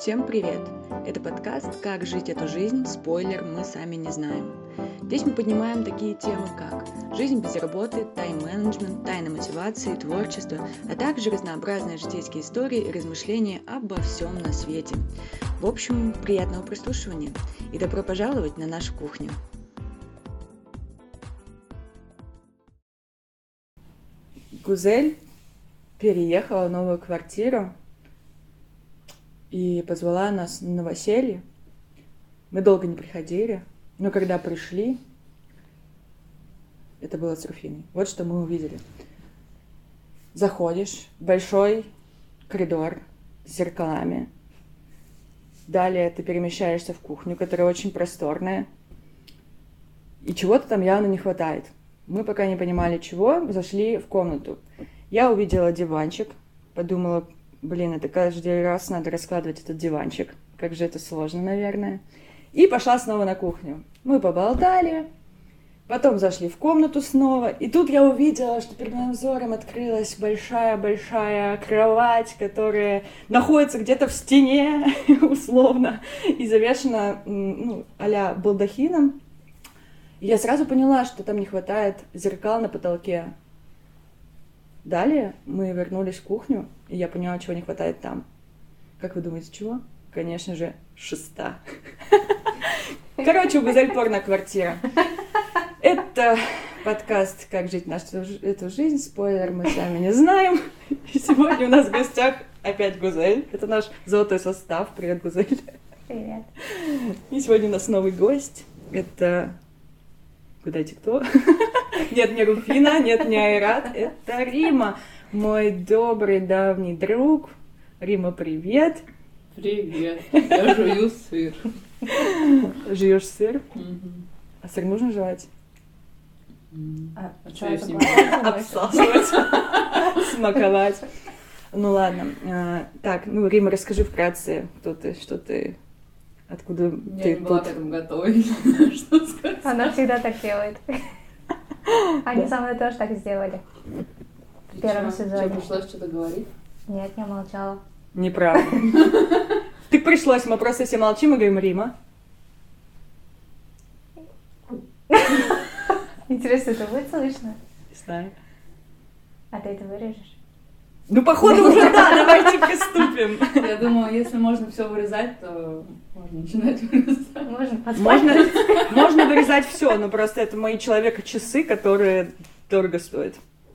Всем привет! Это подкаст «Как жить эту жизнь?» Спойлер, мы сами не знаем. Здесь мы поднимаем такие темы, как жизнь без работы, тайм-менеджмент, тайна мотивации, творчество, а также разнообразные житейские истории и размышления обо всем на свете. В общем, приятного прослушивания и добро пожаловать на нашу кухню. Гузель переехала в новую квартиру и позвала нас на новоселье. Мы долго не приходили, но когда пришли, это было с Руфиной. Вот что мы увидели. Заходишь, большой коридор с зеркалами. Далее ты перемещаешься в кухню, которая очень просторная. И чего-то там явно не хватает. Мы пока не понимали, чего, зашли в комнату. Я увидела диванчик, подумала, это каждый раз надо раскладывать этот диванчик. Как же это сложно, наверное. И пошла снова на кухню. Мы поболтали, потом зашли в комнату снова. И тут я увидела, что перед моим взором открылась большая-большая кровать, которая находится где-то в стене, условно, и завешена, а-ля балдахином. И я сразу поняла, что там не хватает зеркал на потолке. Далее мы вернулись в кухню, и я поняла, чего не хватает там. Как вы думаете, чего? Конечно же, шеста. Короче, у Гузель порно-квартира. Это подкаст «Как жить эту жизнь?» Спойлер, мы сами не знаем. И сегодня у нас в гостях опять Гузель. Это наш золотой состав. Привет, Гузель. Привет. И сегодня у нас новый гость. Это... Угадайте, кто? Нет, не Руфина, нет, не Айрат. Это Рима, мой добрый давний друг. Рима, привет. Привет. Я жую сыр. Жуешь сыр? Угу. А сыр нужно жевать? Что я с ним обсасывать, смаковать. Ну ладно. Так, Рима, расскажи вкратце, кто ты, что ты, откуда ты Я не была тут. к этому готова, не знаю, что сказать. Она всегда так делает. Они со мной тоже так сделали. В первом сезоне. Что, пришлось что-то говорить? Нет, я молчала. Неправда. Ты пришлось, мы просто все молчим и говорим Рима. Интересно, это будет слышно? Не знаю. А ты это вырежешь? Походу уже да, давайте приступим. Я думаю, если можно все вырезать, то можно начинать вырезать. Можно подсмотреть. Можно вырезать все, но просто это мои человека-часы, которые дорого стоят.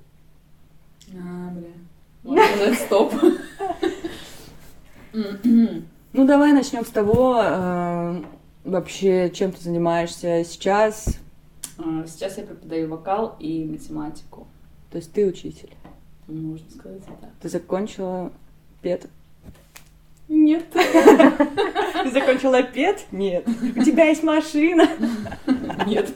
Можно сказать стоп. Давай начнем с того, вообще, чем ты занимаешься сейчас. Сейчас я преподаю вокал и математику. То есть ты учитель? Можно сказать и так. Ты закончила ПЕД? Нет. Ты закончила ПЕД? Нет. У тебя есть машина? Нет.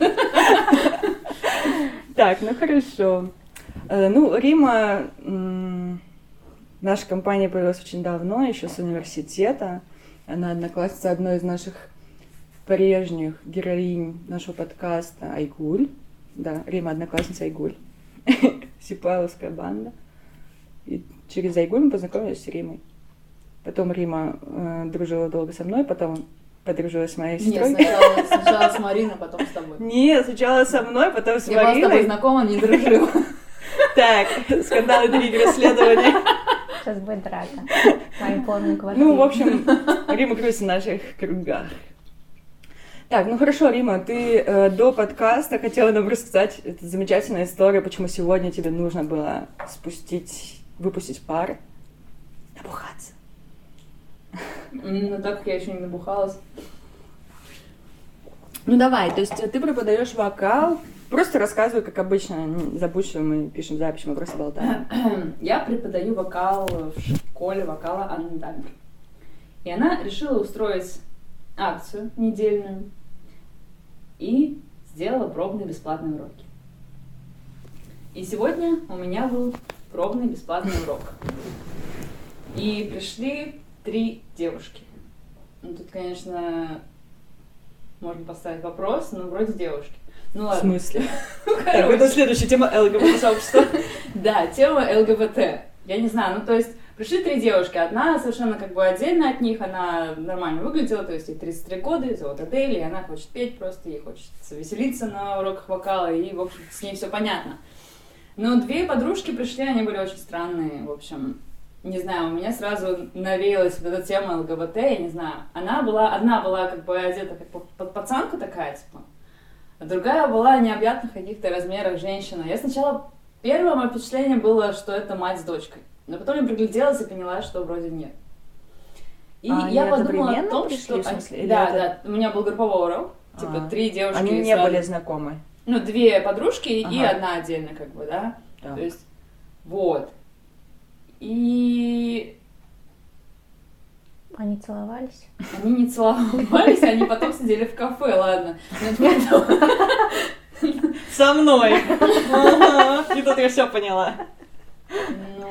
Так, хорошо. Рима, наша компания появилась очень давно, еще с университета. Она одноклассница одной из наших прежних героинь нашего подкаста Айгуль. Да, Рима одноклассница Айгуль. Сипайловская банда. И через Айгуль мы познакомились с Римой. Потом Рима дружила долго со мной, потом подружилась с моей сестрой. Нет, сначала с Мариной, потом с тобой. Нет, сначала со мной, потом с Мариной. Я была с тобой знакома, не дружила. Так, скандалы, интриги, расследования. Сейчас будет драка. Моим полным квартирой. В общем, Рима крутится в наших кругах. Так, хорошо, Рима, ты до подкаста хотела нам рассказать эту замечательную историю, почему сегодня тебе нужно было выпустить пар, набухаться. Так как я еще не набухалась. Давай, то есть ты преподаешь вокал, просто рассказывай, как обычно, не забудь, что мы пишем запись, мы просто болтаем. Я преподаю вокал в школе вокала Анны Дамер. И она решила устроить акцию недельную и сделала пробные бесплатные уроки. И сегодня у меня был пробный бесплатный урок. И пришли 3 девушки. Тут, конечно, можно поставить вопрос, но вроде девушки. В смысле? Так, это следующая тема ЛГБТ-сообщества. Да, тема ЛГБТ. Я не знаю, то есть Пришли 3 девушки, одна совершенно как бы отдельно от них, она нормально выглядела, то есть ей 33 года, ее зовут Адель, и она хочет петь просто, ей хочется веселиться на уроках вокала, и, в общем, с ней все понятно. Но 2 подружки пришли, они были очень странные, в общем, не знаю, у меня сразу навеялась вот эта тема ЛГБТ, я не знаю. Одна была как бы одета как под пацанку такая, типа, а другая была необъятных каких-то размерах женщина. Я сначала, первое мое впечатление было, что это мать с дочкой, но потом я пригляделась и поняла, что вроде нет. И я подумала о том, что... Да, у меня был групповой урок, типа 3 девушки. Они не были знакомы? Ну, 2 подружки и одна отдельно, как бы, да? Так. То есть, вот. И Они целовались? они не целовались, они потом сидели в кафе, ладно. Со мной! И тут я все поняла. Ну,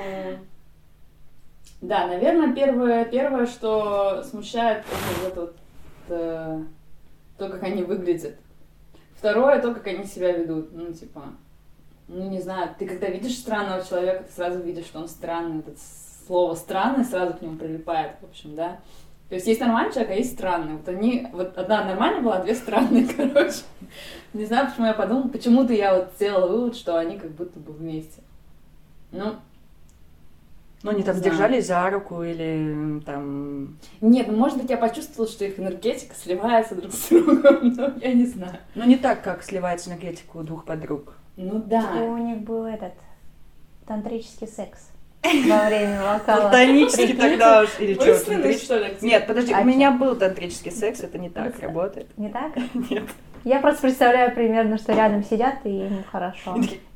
да, наверное, первое, что смущает, это вот то, как они выглядят. Второе, то, как они себя ведут. Ну, типа, ну, не знаю, ты когда видишь странного человека, ты сразу видишь, что он странный. Это слово «странный» сразу к нему прилипает, в общем, да. То есть нормальный человек, а есть странный. Вот одна нормальная была, 2 странные, короче. Не знаю, почему я подумала, почему-то я вот сделала вывод, что они как будто бы вместе. Ну, они там держались за руку или там... Нет, может быть, я почувствовала, что их энергетика сливается друг с другом, но я не знаю. Ну, не так, как сливается энергетика у 2 подруг. Ну да. У них был тантрический секс во время вокала. Платонический тогда уж, или что, Мысленный, что ли? Нет, подожди, у меня был тантрический секс, это не так работает. Не так? Нет. Я просто представляю примерно, что рядом сидят, и им хорошо.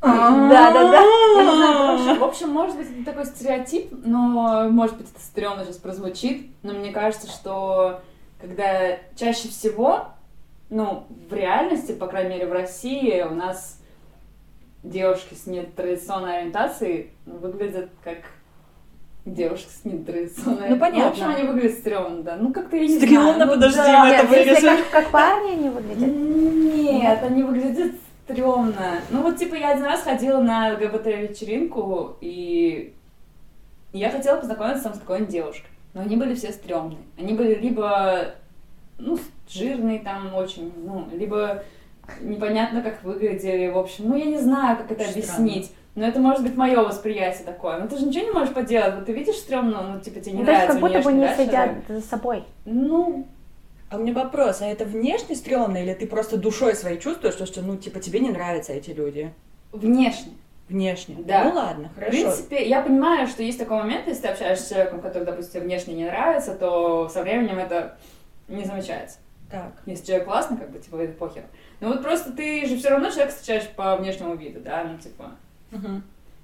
Да. В общем, может быть, это такой стереотип, но, может быть, это стрёмно сейчас прозвучит, но мне кажется, что когда чаще всего, ну, в реальности, по крайней мере, в России, у нас девушки с нетрадиционной ориентацией выглядят как девушки с нетрадиционной. Ну, понятно. В общем, они выглядят стрёмно, да. Ну, как-то я не знаю. Стрёмно, подожди, мы это вырежем. Если как парни они выглядят? Нет, они выглядят стрёмно. Ну, вот, типа, я один раз ходила на ЛГБТ-вечеринку, и я хотела познакомиться там с какой-нибудь девушкой. Но они были все стрёмные. Они были либо, ну, жирные там очень, ну, либо непонятно, как выглядели, в общем. Ну, я не знаю, как это объяснить. Но это может быть мое восприятие такое. Ну, ты же ничего не можешь поделать. Вот ты видишь стрёмно, ну, типа, тебе не нравится как будто бы внешне, не да, следят человек? за собой. Ну... А у меня вопрос, а это внешне стрёмно, или ты просто душой своей чувствуешь, что, ну, типа, тебе не нравятся эти люди? Внешне. Внешне? Да. Ну, ладно, хорошо. В принципе, я понимаю, что есть такой момент, если ты общаешься с человеком, который, допустим, внешне не нравится, то со временем это не замечается. Так. Если человек классный, как бы, типа, это похер. Но вот просто ты же все равно человека встречаешь по внешнему виду, да, ну, типа... Угу.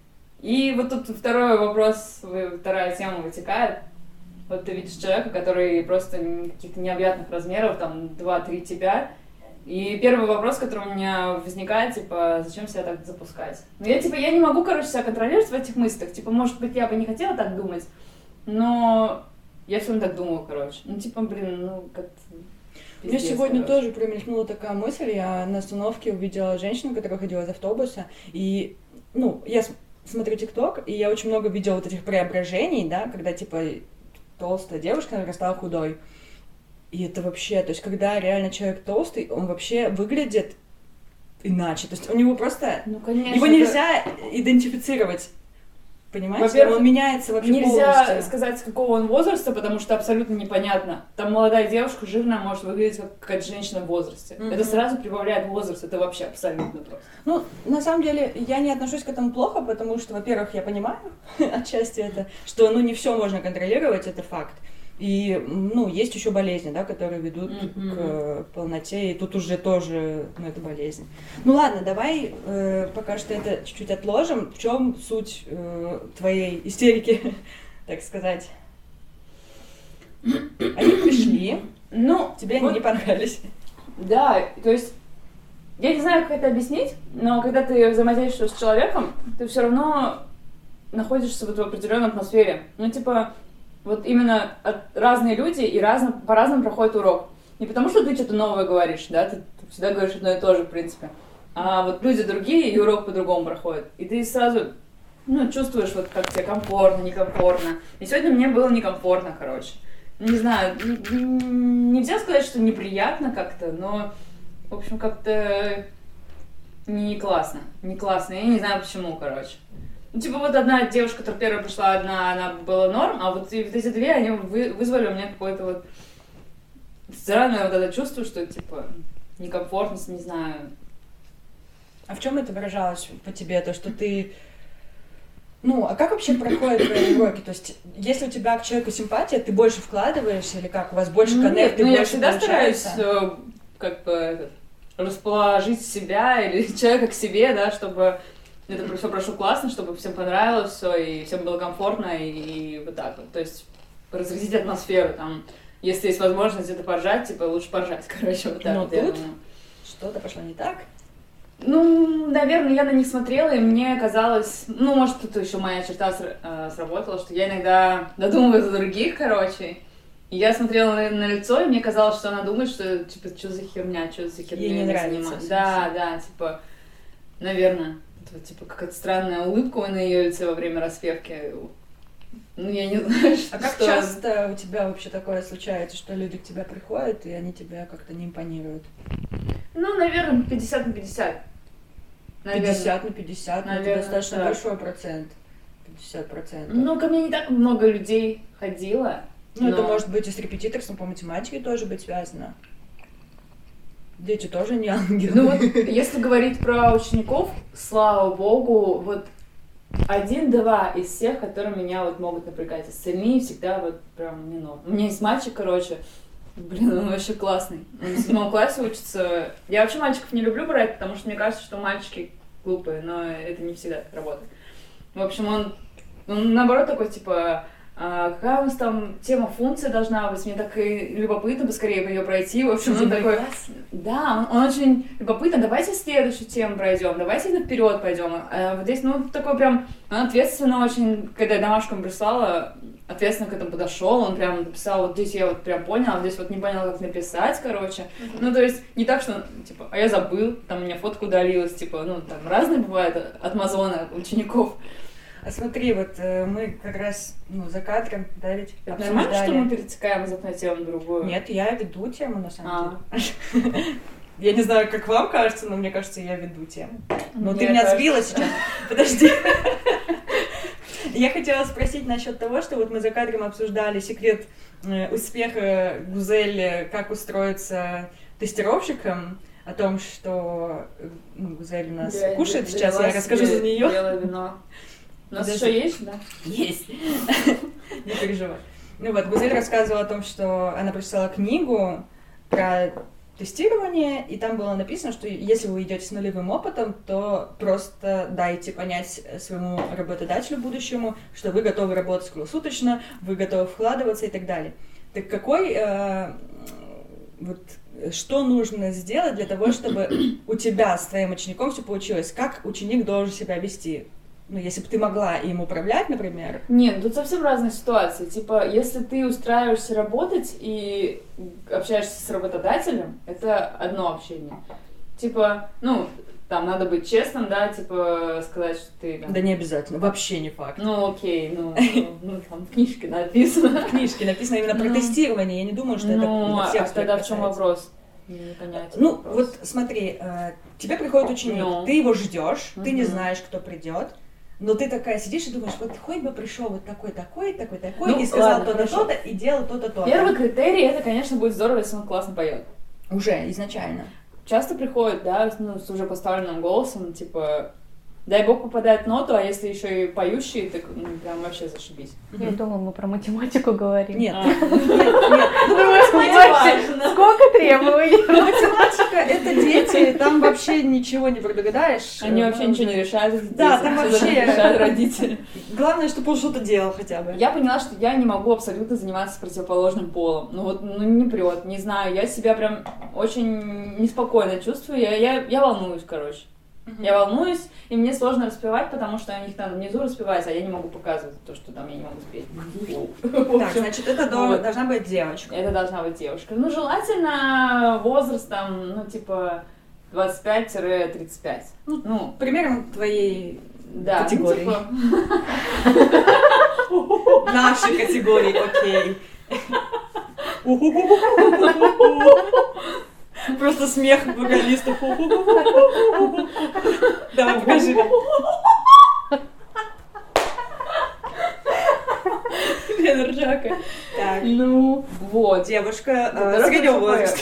И вот тут второй вопрос, вторая тема вытекает. Вот ты видишь человека, который просто каких-то необъятных размеров, там, 2-3 тебя. И первый вопрос, который у меня возникает, типа, зачем себя так запускать? Ну, я не могу, короче, себя контролировать в этих мыслях. Типа, может быть, я бы не хотела так думать, но я все равно так думаю, короче. Ну, типа, блин, ну, как-то... У меня сегодня короче. тоже промелькнула такая мысль. Я на остановке увидела женщину, которая ходила из автобуса, и, ну, я смотрю ТикТок, и я очень много видела вот этих преображений, да, когда, типа, толстая девушка, наверное, стала худой. И это вообще, то есть, когда реально человек толстый, он вообще выглядит иначе. То есть, у него просто... Ну, конечно. Его нельзя идентифицировать. Понимаете? Во-первых, он меняется вообще нельзя полностью. сказать, с какого он возраста, потому что абсолютно непонятно. Там молодая девушка жирная может выглядеть как какая-то женщина в возрасте. Mm-hmm. Это сразу прибавляет возраст, это вообще абсолютно просто. Ну, на самом деле, я не отношусь к этому плохо, потому что, во-первых, я понимаю отчасти это, что, ну, не все можно контролировать, это факт. И, ну, есть еще болезни, да, которые ведут к полноте, и тут уже тоже, ну, это болезнь. Ну, ладно, давай пока что это чуть-чуть отложим. В чем суть твоей истерики, так сказать? Они пришли, ну, тебе вот, они не понравились. Да, то есть, я не знаю, как это объяснить, но когда ты взаимодействуешь с человеком, ты все равно находишься вот в определенной атмосфере. Ну, типа... Вот именно разные люди и по-разному проходит урок. Не потому, что ты что-то новое говоришь, да, ты всегда говоришь одно и то же, в принципе. А вот люди другие, и урок по-другому проходит. И ты сразу ну, чувствуешь, вот как тебе комфортно, некомфортно. И сегодня мне было некомфортно, короче. Не знаю, нельзя сказать, что неприятно как-то, но, в общем, как-то не классно. Не классно, я не знаю почему, короче. Ну, типа вот одна девушка, которая первая пришла, одна, она была норм, а вот эти две, они вызвали у меня какое-то вот странное вот это чувство, что, типа, некомфортность, не знаю. А в чем это выражалось по тебе? То, что ты... Ну, а как вообще проходят твои уроки? То есть, если у тебя к человеку симпатия, ты больше вкладываешься или как? У вас больше коннект, ты больше я всегда получается? стараюсь как бы расположить себя или человека к себе, да, чтобы это все прошло классно, чтобы всем понравилось все и всем было комфортно и вот так вот. То есть разрядить атмосферу, там, если есть возможность где-то поржать, типа лучше поржать, короче, вот так. Но вот, тут что-то пошло не так? Ну, наверное, я на них смотрела, и мне казалось, ну, может, тут еще моя черта сработала, что я иногда додумываю за других, короче. И я смотрела на лицо, и мне казалось, что она думает, что, типа, что за херня, что за херня. Ей не нравится. Да, типа, наверное, вот, типа, какая-то странная улыбка на ее лице во время распевки. Ну, я не знаю, что... А как часто у тебя вообще такое случается, что люди к тебе приходят, и они тебя как-то не импонируют? Ну, наверное, 50 на 50. Наверное. 50 на 50, ну, это достаточно да. большой процент. 50%. Ну, ко мне не так много людей ходило. Ну, это может быть и с репетиторством по математике тоже быть связано. Дети тоже не ангелы. Ну вот, если говорить про учеников, слава богу, вот 1-2 из всех, которые меня вот могут напрягать. Остальные всегда вот прям не норм. У меня есть мальчик, короче, блин, он вообще классный. Он в 7 классе учится. Я вообще мальчиков не люблю брать, потому что мне кажется, что мальчики глупые, но это не всегда работает. В общем, он наоборот такой, типа, какая у нас там тема функция должна быть, мне так и любопытно поскорее ее пройти. В общем, он такой... Да, он очень любопытно, давайте следующую тему пройдем, давайте вперед пойдем. А вот здесь, ну, такой прям, он ответственно очень, когда я домашку ему прислала, ответственно к этому подошел, он прям написал, вот здесь я вот прям понял, а здесь вот не понял, как написать, короче. Ну, то есть, не так, что, типа, а я забыл, там у меня фотка удалилась, типа, ну, там разные бывают от Мазона учеников. А смотри, вот мы как раз, ну, за кадром, да, ведь это нормально, что мы перетекаем из одной темы в другую? Нет, я веду тему, на самом деле. Я не знаю, как вам кажется, но мне кажется, я веду тему. Но ты меня сбила сейчас. Подожди. Я хотела спросить насчет того, что вот мы за кадром обсуждали секрет успеха Гузель, как устроиться тестировщиком, о том, что Гузель у нас кушает сейчас, я расскажу за нее. Белое вино. У нас еще есть, да? Есть. Не переживай. Ну вот, Гузель рассказывала о том, что она прочитала книгу про тестирование, и там было написано, что если вы идете с нулевым опытом, то просто дайте понять своему работодателю будущему, что вы готовы работать круглосуточно, вы готовы вкладываться и так далее. Так какой... вот что нужно сделать для того, чтобы у тебя с твоим учеником все получилось? Как ученик должен себя вести? Ну, если бы ты могла им управлять, например. Нет, тут совсем разные ситуации. Типа, если ты устраиваешься работать и общаешься с работодателем, это одно общение. Типа, ну, там надо быть честным, да, типа, сказать, что ты... Там... Да не обязательно, вообще не факт. Ну, окей, ну там в книжке написано. В книжке написано именно про тестирование, я не думаю, что это на всех аспектах. Тогда в чем вопрос? Непонятен ну, вопрос. вот смотри, тебе приходит ученик, ты его ждешь, ты не знаешь, кто придет. Но ты такая сидишь и думаешь, вот хоть бы пришел вот такой, ну, и сказал то-то, то-то, и делал то-то, то-то. Первый критерий, это, конечно, будет здорово, если он классно поет. Уже, изначально. Часто приходят, да, ну, с уже поставленным голосом, типа, дай бог попадает в ноту, а если еще и поющие, так ну, прям вообще зашибись. Я думала, мы про математику говорим. Нет. Сколько требований? Математика — это дети, там вообще ничего не предугадаешь. Они вообще ничего не решают. Да, там вообще решают родители. Главное, чтобы он что-то делал хотя бы. Я поняла, что я не могу абсолютно заниматься с противоположным полом. Ну вот, ну не прет, не знаю, я себя прям очень неспокойно чувствую, я волнуюсь, короче. Я волнуюсь, и мне сложно распевать, потому что у них там внизу распевать, а я не могу показывать то, что там я не могу спеть. Так, значит, это должна быть девочка. Это должна быть девушка. Ну, желательно возраст там, ну, типа 25-35. Ну, примерно твоей Да, категории. Ну, типа... Наши категории, окей. Просто смех вокалистов. Давай, покажи нам. Лена Ржака. Так, Ну, вот. девушка Здорово, среднего что возраста.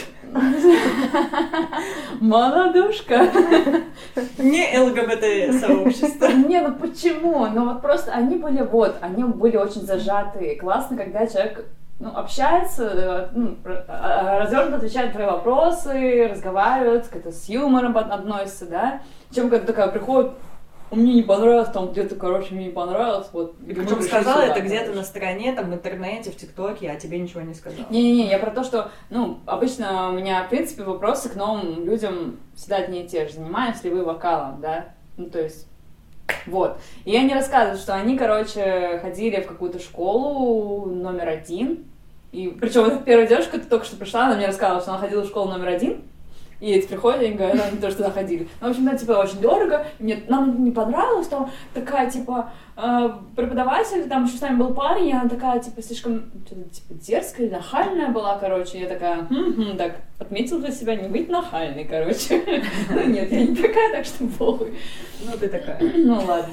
Молодушка. Не ЛГБТ-сообщество. Не, ну почему? Ну вот просто они были очень зажатые. Классно, когда человек общается, развернуто отвечает на твои вопросы, разговаривает, как-то с юмором относится, да? Чем когда такая приходит, мне не понравилось, там где-то, мне не понравилось, вот. И причем сказала это где-то на стороне, там, в интернете, в ТикТоке, а тебе ничего не сказала. Не-не-не, я про то, что, обычно у меня, в принципе, вопросы к новым людям всегда одни и те же. Занимаетесь ли вы вокалом, да? То есть, вот. И они рассказывают, что они, ходили в какую-то школу номер 1. И причем вот эта первая девушка, только что пришла, она мне рассказывала, что она ходила в школу номер 1. И эти приходят, они говорят, они тоже туда ходили. Ну, в общем, очень дорого, нам не понравилось, там такая, преподаватель, там еще с нами был парень, и она такая, слишком, дерзкая или нахальная была, я такая, так, отметила для себя не быть нахальной, Ну, нет, я не такая, так что похуй. Ну, ты такая. Ну, ладно.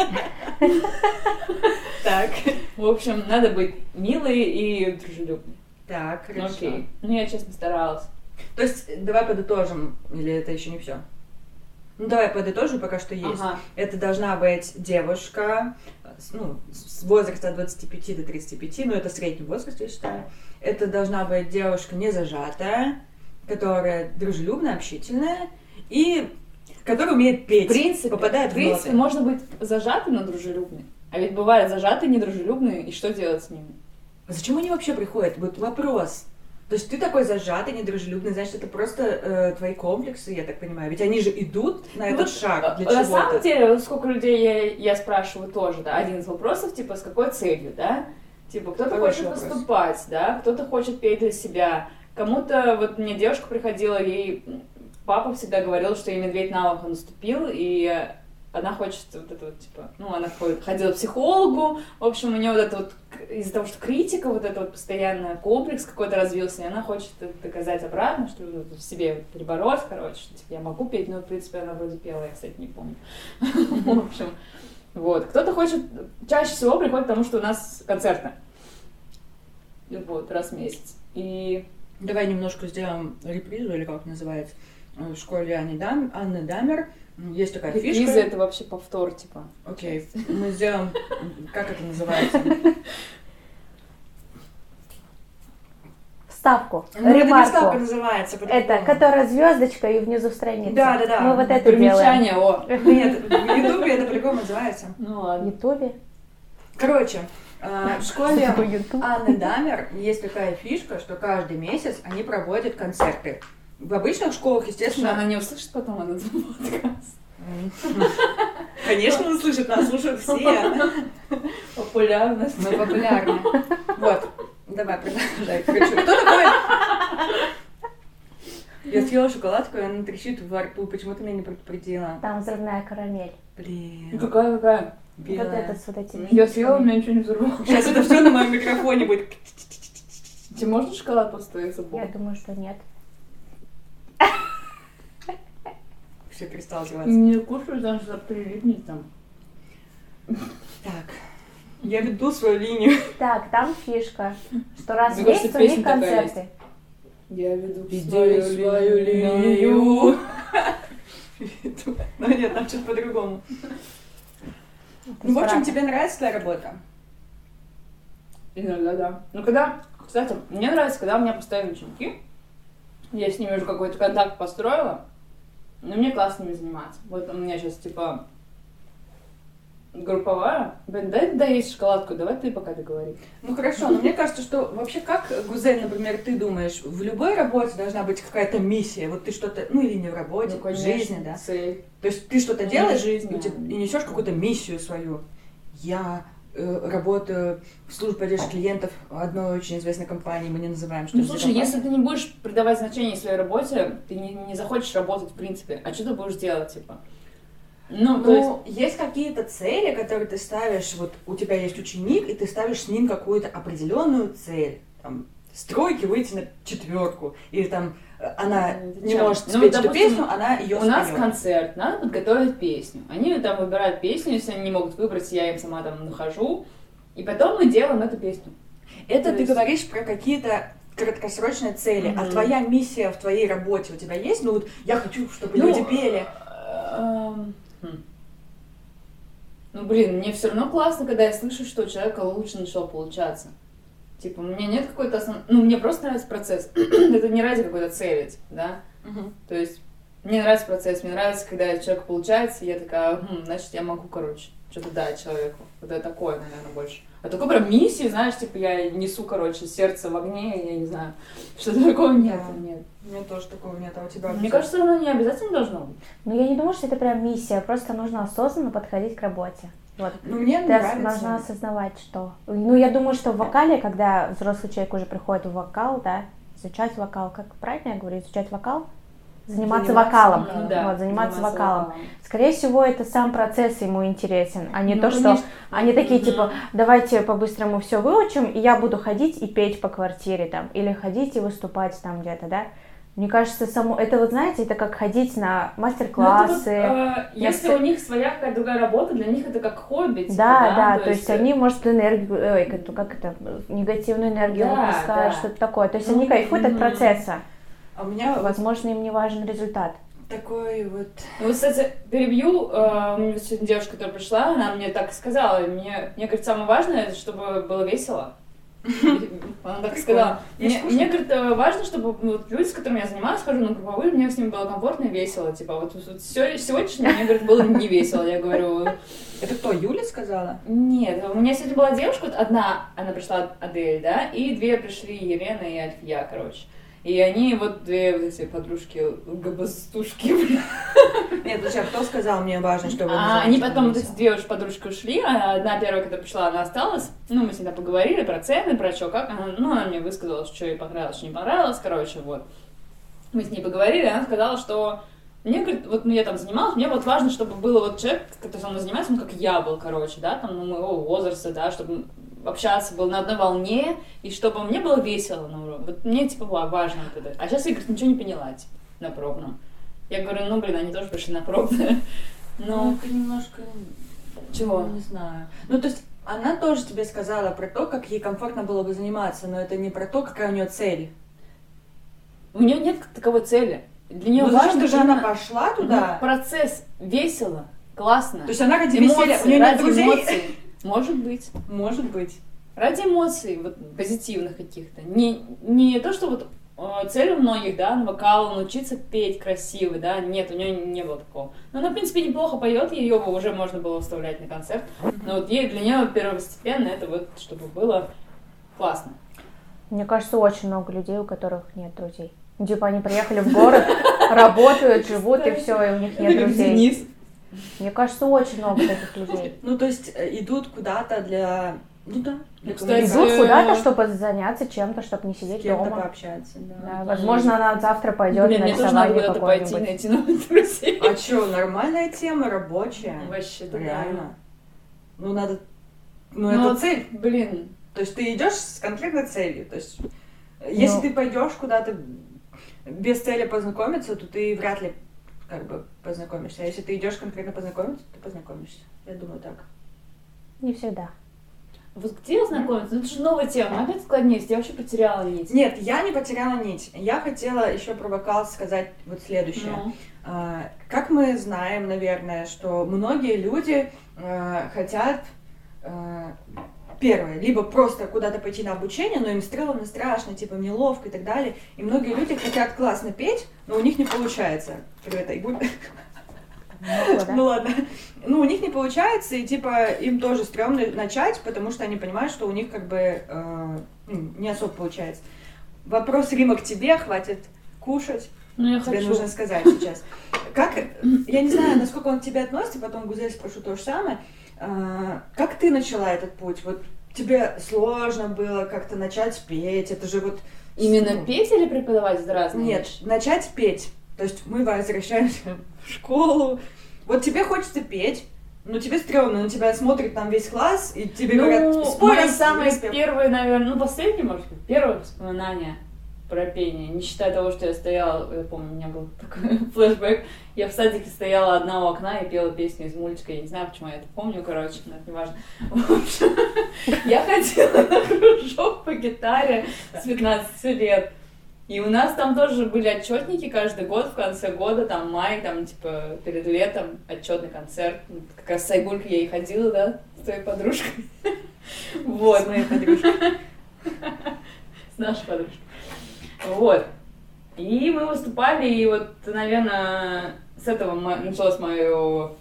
Так. В общем, надо быть милой и дружелюбной. Так, хорошо. Окей. Я, честно, старалась. То есть, давай подытожим, или это еще не все? Давай подытожим пока что есть. Ага. Это должна быть девушка, с возраста от 25 до 35, это средний возраст, я считаю. Это должна быть девушка не зажатая, которая дружелюбная, общительная и которая умеет петь, попадает в ноты. Можно быть зажатым, но дружелюбным. А ведь бывают зажатые, недружелюбные, и что делать с ними? Зачем они вообще приходят? Вот вопрос. То есть ты такой зажатый, недружелюбный, значит, это просто твои комплексы, я так понимаю. Ведь они же идут на этот шаг для чего-то. На самом деле, сколько людей я спрашиваю тоже, да, один из вопросов, с какой целью, да? Кто-то хочет выступать, да, кто-то хочет петь для себя. Кому-то, мне девушка приходила, ей папа всегда говорил, что ей медведь на ухо наступил, и она хочет она ходила к психологу, в общем, у нее из-за того, что критика, постоянно комплекс какой-то развился, и она хочет доказать обратно, что в себе перебороть, что я могу петь, но, в принципе, она вроде пела, я, кстати, не помню. В общем, вот. Кто-то чаще всего приходит, потому что у нас концерты. Раз в месяц. И давай немножко сделаем репризу, или как называется, в школе Анны Дамер. Есть такая фишка. Реприза — это вообще повтор, Окей, мы сделаем, как это называется? Вставку, это не ремарку. вставка называется. Это, которая звездочка и внизу страница. Да. Мы вот это примечание, делаем. Нет, в Ютубе это по-другому называется. Ну ладно. В Ютубе? Короче, в школе Анны Дамер есть такая фишка, что каждый месяц они проводят концерты. В обычных школах, естественно... Она не услышит потом этот подкаст? Конечно, услышит, нас слушают все. Популярность. Мы популярны. Вот, давай, продолжай. Короче, кто такой? Я съела шоколадку, и она трещит во рту. Почему ты меня не предупредила? Там взрывная карамель. Блин. Какая? Вот это с вот этими. Я съела, у меня ничего не взорвалось. Сейчас это все на моем микрофоне будет. Тебе можно шоколад после твоих зубов? Я думаю, что нет. Все перестал одеваться. Не кушаю, даже прилипнет там. Так, я веду свою линию. Так, там фишка, что раз в Мне кажется, месяц у них песня такая концерты. Я веду свою линию. Ну нет, там что-то по-другому. Ну, в общем, тебе нравится твоя работа? Иногда, да. Кстати, мне нравится, когда у меня постоянные ученики, я с ними уже какой-то контакт построила, но мне классно с ними заниматься. Вот у меня сейчас, групповая. Блин, дай есть шоколадку, давай ты пока договори. Ну хорошо, но мне кажется, что вообще как, Гузель, например, ты думаешь, в любой работе должна быть какая-то миссия, вот ты что-то, или не в работе, в жизни, да? Цель. То есть ты что-то делаешь жизнь, и несешь какую-то миссию свою. Я работаю в службе поддержки клиентов одной очень известной компании, мы не называем, что Ну это за слушай, компания. если ты не будешь придавать значение своей работе, ты не захочешь работать в принципе. А что ты будешь делать, Ну, то есть... есть какие-то цели, которые ты ставишь, вот у тебя есть ученик, и ты ставишь с ним какую-то определенную цель. Там, с тройки выйти на 4, или там она не может спеть эту песню, она ее споет. У нас концерт, надо подготовить песню. Они там выбирают песню, если они не могут выбрать, я им сама там нахожу, и потом мы делаем эту песню. Это ты говоришь про какие-то краткосрочные цели, а твоя миссия в твоей работе у тебя есть? Ну вот я хочу, чтобы люди пели. Ну, блин, мне все равно классно, когда я слышу, что у человека лучше начало получаться. Типа, у меня нет какой-то мне просто нравится процесс. Это не ради какой-то цели, типа, да? То есть, мне нравится процесс, мне нравится, когда у человека получается, и я такая, значит, я могу, что-то дать человеку. Вот это такое, наверное, больше. А такой прям миссии, знаешь, типа, я несу, сердце в огне, я не знаю, что-то такого нет. У меня тоже такого нет, а у тебя? Мне кажется, оно не обязательно должно быть. Ну, я не думаю, что это прям миссия, просто нужно осознанно подходить к работе. Вот. Ну, мне ты нравится. должна осознавать, что... Ну, я думаю, что в вокале, когда взрослый человек уже приходит в вокал, да, изучать вокал, как правильно я говорю, изучать вокал? Заниматься вокалом. Да, заниматься вокалом. Скорее всего, это сам процесс ему интересен, а не то, конечно. что они такие, типа, давайте по-быстрому все выучим, и я буду ходить и петь по квартире там, или ходить и выступать там где-то, да. Мне кажется, это вот, знаете, это как ходить на мастер-классы. Если у них своя какая-то другая работа, для них это как хобби. Типа, да, то есть они, может, негативную энергию выпускают, что-то такое. То есть они кайфуют от процесса. А у меня, возможно, им не важен результат. Такой вот... Ну, кстати, перебью. У меня сегодня девушка, которая пришла, она мне так сказала. Мне говорит, самое важное, чтобы было весело. Она так сказала. Мне, говорит, важно, чтобы люди, с которыми я занимаюсь, хожу на групповые, мне с ними было комфортно и весело. Типа, вот сегодняшнее мне, говорит, было не весело. Я говорю... Это кто, Юля сказала? Нет, у меня сегодня была девушка, одна, она пришла, Адель, да, и 2 пришли, Елена и Альфия, И они две эти подружки, габастушки. Нет, подожди, а кто сказал, мне важно, чтобы... Они потом, эти 2 подружки ушли, а одна первая, когда пришла, она осталась. Мы с ней поговорили про цены, про что, как. Она мне высказала, что ей понравилось, что не понравилось, Мы с ней поговорили, она сказала, что... Мне, говорит, я там занималась, мне важно, чтобы было человек, который со мной занимается, он как я был, да, там, моего возраста, да, чтобы... общаться, был на одной волне, и чтобы мне было весело на уроке. Вот мне, важно вот это. А сейчас я, говорит, ничего не поняла, на пробном. Я говорю, они тоже пришли на пробное. Ну, это немножко... Чего? Не знаю. Ну, то есть, она тоже тебе сказала про то, как ей комфортно было бы заниматься, но это не про то, какая у нее цель. У нее нет таковой цели. Для нее важно, что она пошла туда. Процесс весело, классно. То есть, она ради веселья, у нее нет друзей. Эмоций. Может быть. Может быть. Ради эмоций, позитивных каких-то. Не то, что цель у многих, да, на вокал, научиться петь красиво, да, нет, у нее не было такого. Но она, в принципе, неплохо поет, ее уже можно было вставлять на концерт. Но ей, для нее первостепенно это чтобы было классно. Мне кажется, очень много людей, у которых нет друзей. Типа они приехали в город, работают, живут, и все, и у них нет друзей. Мне кажется, очень много таких людей. Ну, то есть идут куда-то для... Ну да. Идут куда-то, чтобы заняться чем-то, чтобы не сидеть дома. С кем-то пообщаться, да. Возможно, она завтра пойдет на рисование какое-нибудь. Пойти найти новых друзей. А что, нормальная тема, рабочая. Вообще, реально. Ну, надо... Ну, это цель. Блин. То есть ты идешь с конкретной целью. То есть, если ты пойдешь куда-то без цели познакомиться, то ты вряд ли познакомишься. А если ты идешь конкретно познакомиться, ты познакомишься. Я думаю, так. Не всегда. Где знакомиться? Это же новая тема. Опять склонились, я вообще потеряла нить. Нет, я не потеряла нить. Я хотела еще про вокал сказать следующее. Как мы знаем, наверное, что многие люди хотят... Первое, либо просто куда-то пойти на обучение, но им стрёмно, страшно, неловко и так далее. И многие люди хотят классно петь, но у них не получается. Привет, Айгуль. Ну ладно. Ну, у них не получается, и им тоже стрёмно начать, потому что они понимают, что у них не особо получается. Вопрос, Рима, к тебе, хватит кушать. Тебе нужно сказать сейчас. Я не знаю, насколько он к тебе относится, потом Гузель спрошу то же самое. Как ты начала этот путь? Тебе сложно было как-то начать петь? Это же Именно петь или преподавать разные Нет, вещи? начать петь. То есть мы возвращаемся в школу, Вот тебе хочется петь, но тебе стрёмно, на тебя смотрит там весь класс, и тебе Ну, говорят, спой, мои самые спой. первые, наверное, ну, последние, может быть, первые воспоминания про пение, не считая того, что я стояла, я помню, у меня был такой флешбэк, я в садике стояла одна у окна и пела песню из мультика, я не знаю, почему я это помню, короче, но это не важно. В общем, я ходила на кружок по гитаре с 15 лет. И у нас там тоже были отчетники каждый год, в конце года, там май, там типа перед летом отчетный концерт. Как раз с Айгулькой я и ходила, да, с твоей подружкой. Вот. С моей подружкой. С нашей подружкой. Вот. И мы выступали, и вот, наверное, с этого началось мой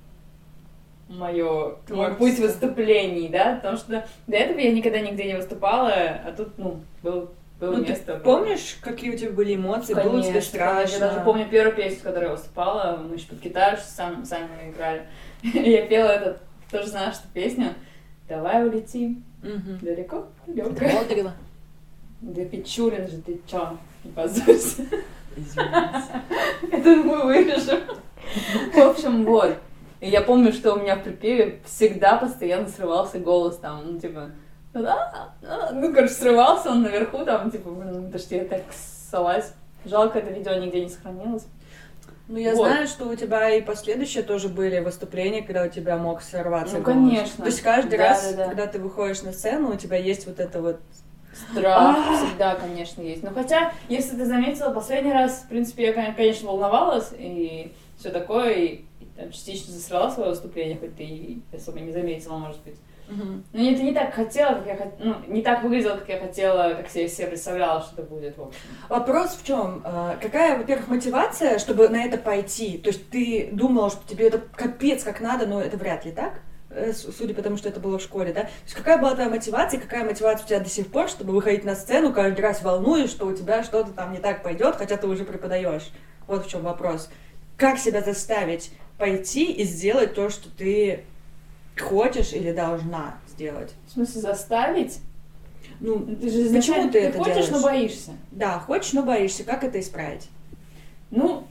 путь выступлений, да, потому что до этого я никогда нигде не выступала, а тут, было место. Ты помнишь, какие у тебя были эмоции? Конечно, Было тебе страшно? Я даже помню первую песню, с которой я выступала, мы еще под гитару сами играли. Я пела эту, тоже знаешь, что песню «Давай улетим далеко, далеко». Да Печурин же, ты чё, не позорься. Извините. Это мы вырежем. В общем, вот. И я помню, что у меня в припеве всегда постоянно срывался голос там, короче, срывался он наверху, там, потому что я так ссалась. Жалко, это видео нигде не сохранилось. Ну, я знаю, что у тебя и последующие тоже были выступления, когда у тебя мог сорваться голос. Конечно. То есть каждый раз, когда ты выходишь на сцену, у тебя есть вот это вот... Страх всегда, конечно, есть. Но хотя, если ты заметила, последний раз, в принципе, я, конечно, волновалась и все такое, и там, частично засрала свое выступление, хоть ты и особо не заметила, может быть. Но это не так хотела, как я не так выглядело, как я хотела, как я себе представляла, что это будет, в общем. Вопрос в чем? Какая, во-первых, мотивация, чтобы на это пойти? То есть ты думала, что тебе это капец как надо, но это вряд ли так? Судя по тому, что это было в школе, да? То есть какая была твоя мотивация, какая мотивация у тебя до сих пор, чтобы выходить на сцену, каждый раз волнуясь, что у тебя что-то там не так пойдет, хотя ты уже преподаешь. Вот в чем вопрос. Как себя заставить пойти и сделать то, что ты хочешь или должна сделать? В смысле, заставить? Ну, ты же почему ты это хочешь, делаешь? но боишься. Да, хочешь, но боишься. Как это исправить? Ну,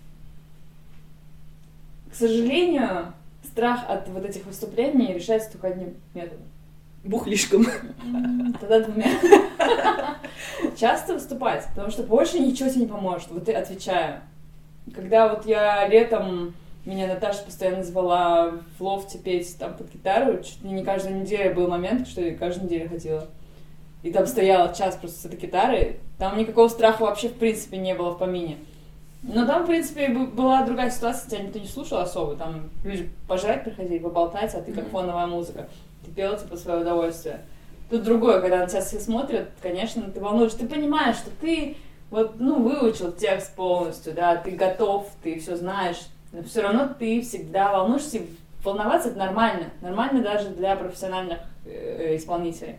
к сожалению, страх от вот этих выступлений решается только одним методом. Бухлишком. Тогда двумя. Часто выступать, потому что больше ничего тебе не поможет. Вот я отвечаю. Когда вот я летом, меня Наташа постоянно звала в лофте петь там под гитару, чуть ли не каждую неделю был момент, что я каждую неделю ходила. И там стояла час просто с этой гитарой. Там никакого страха вообще в принципе не было в помине. Но там, в принципе, была другая ситуация, тебя никто не слушал особо. Там люди пожрать приходили, поболтать, а ты как фоновая музыка. Ты пела типа свое удовольствие. Тут другое, когда на тебя все смотрят, конечно, ты волнуешься. Ты понимаешь, что ты выучил текст полностью, да, ты готов, ты все знаешь. Но все равно ты всегда волнуешься. Волноваться — это нормально. Нормально даже для профессиональных исполнителей.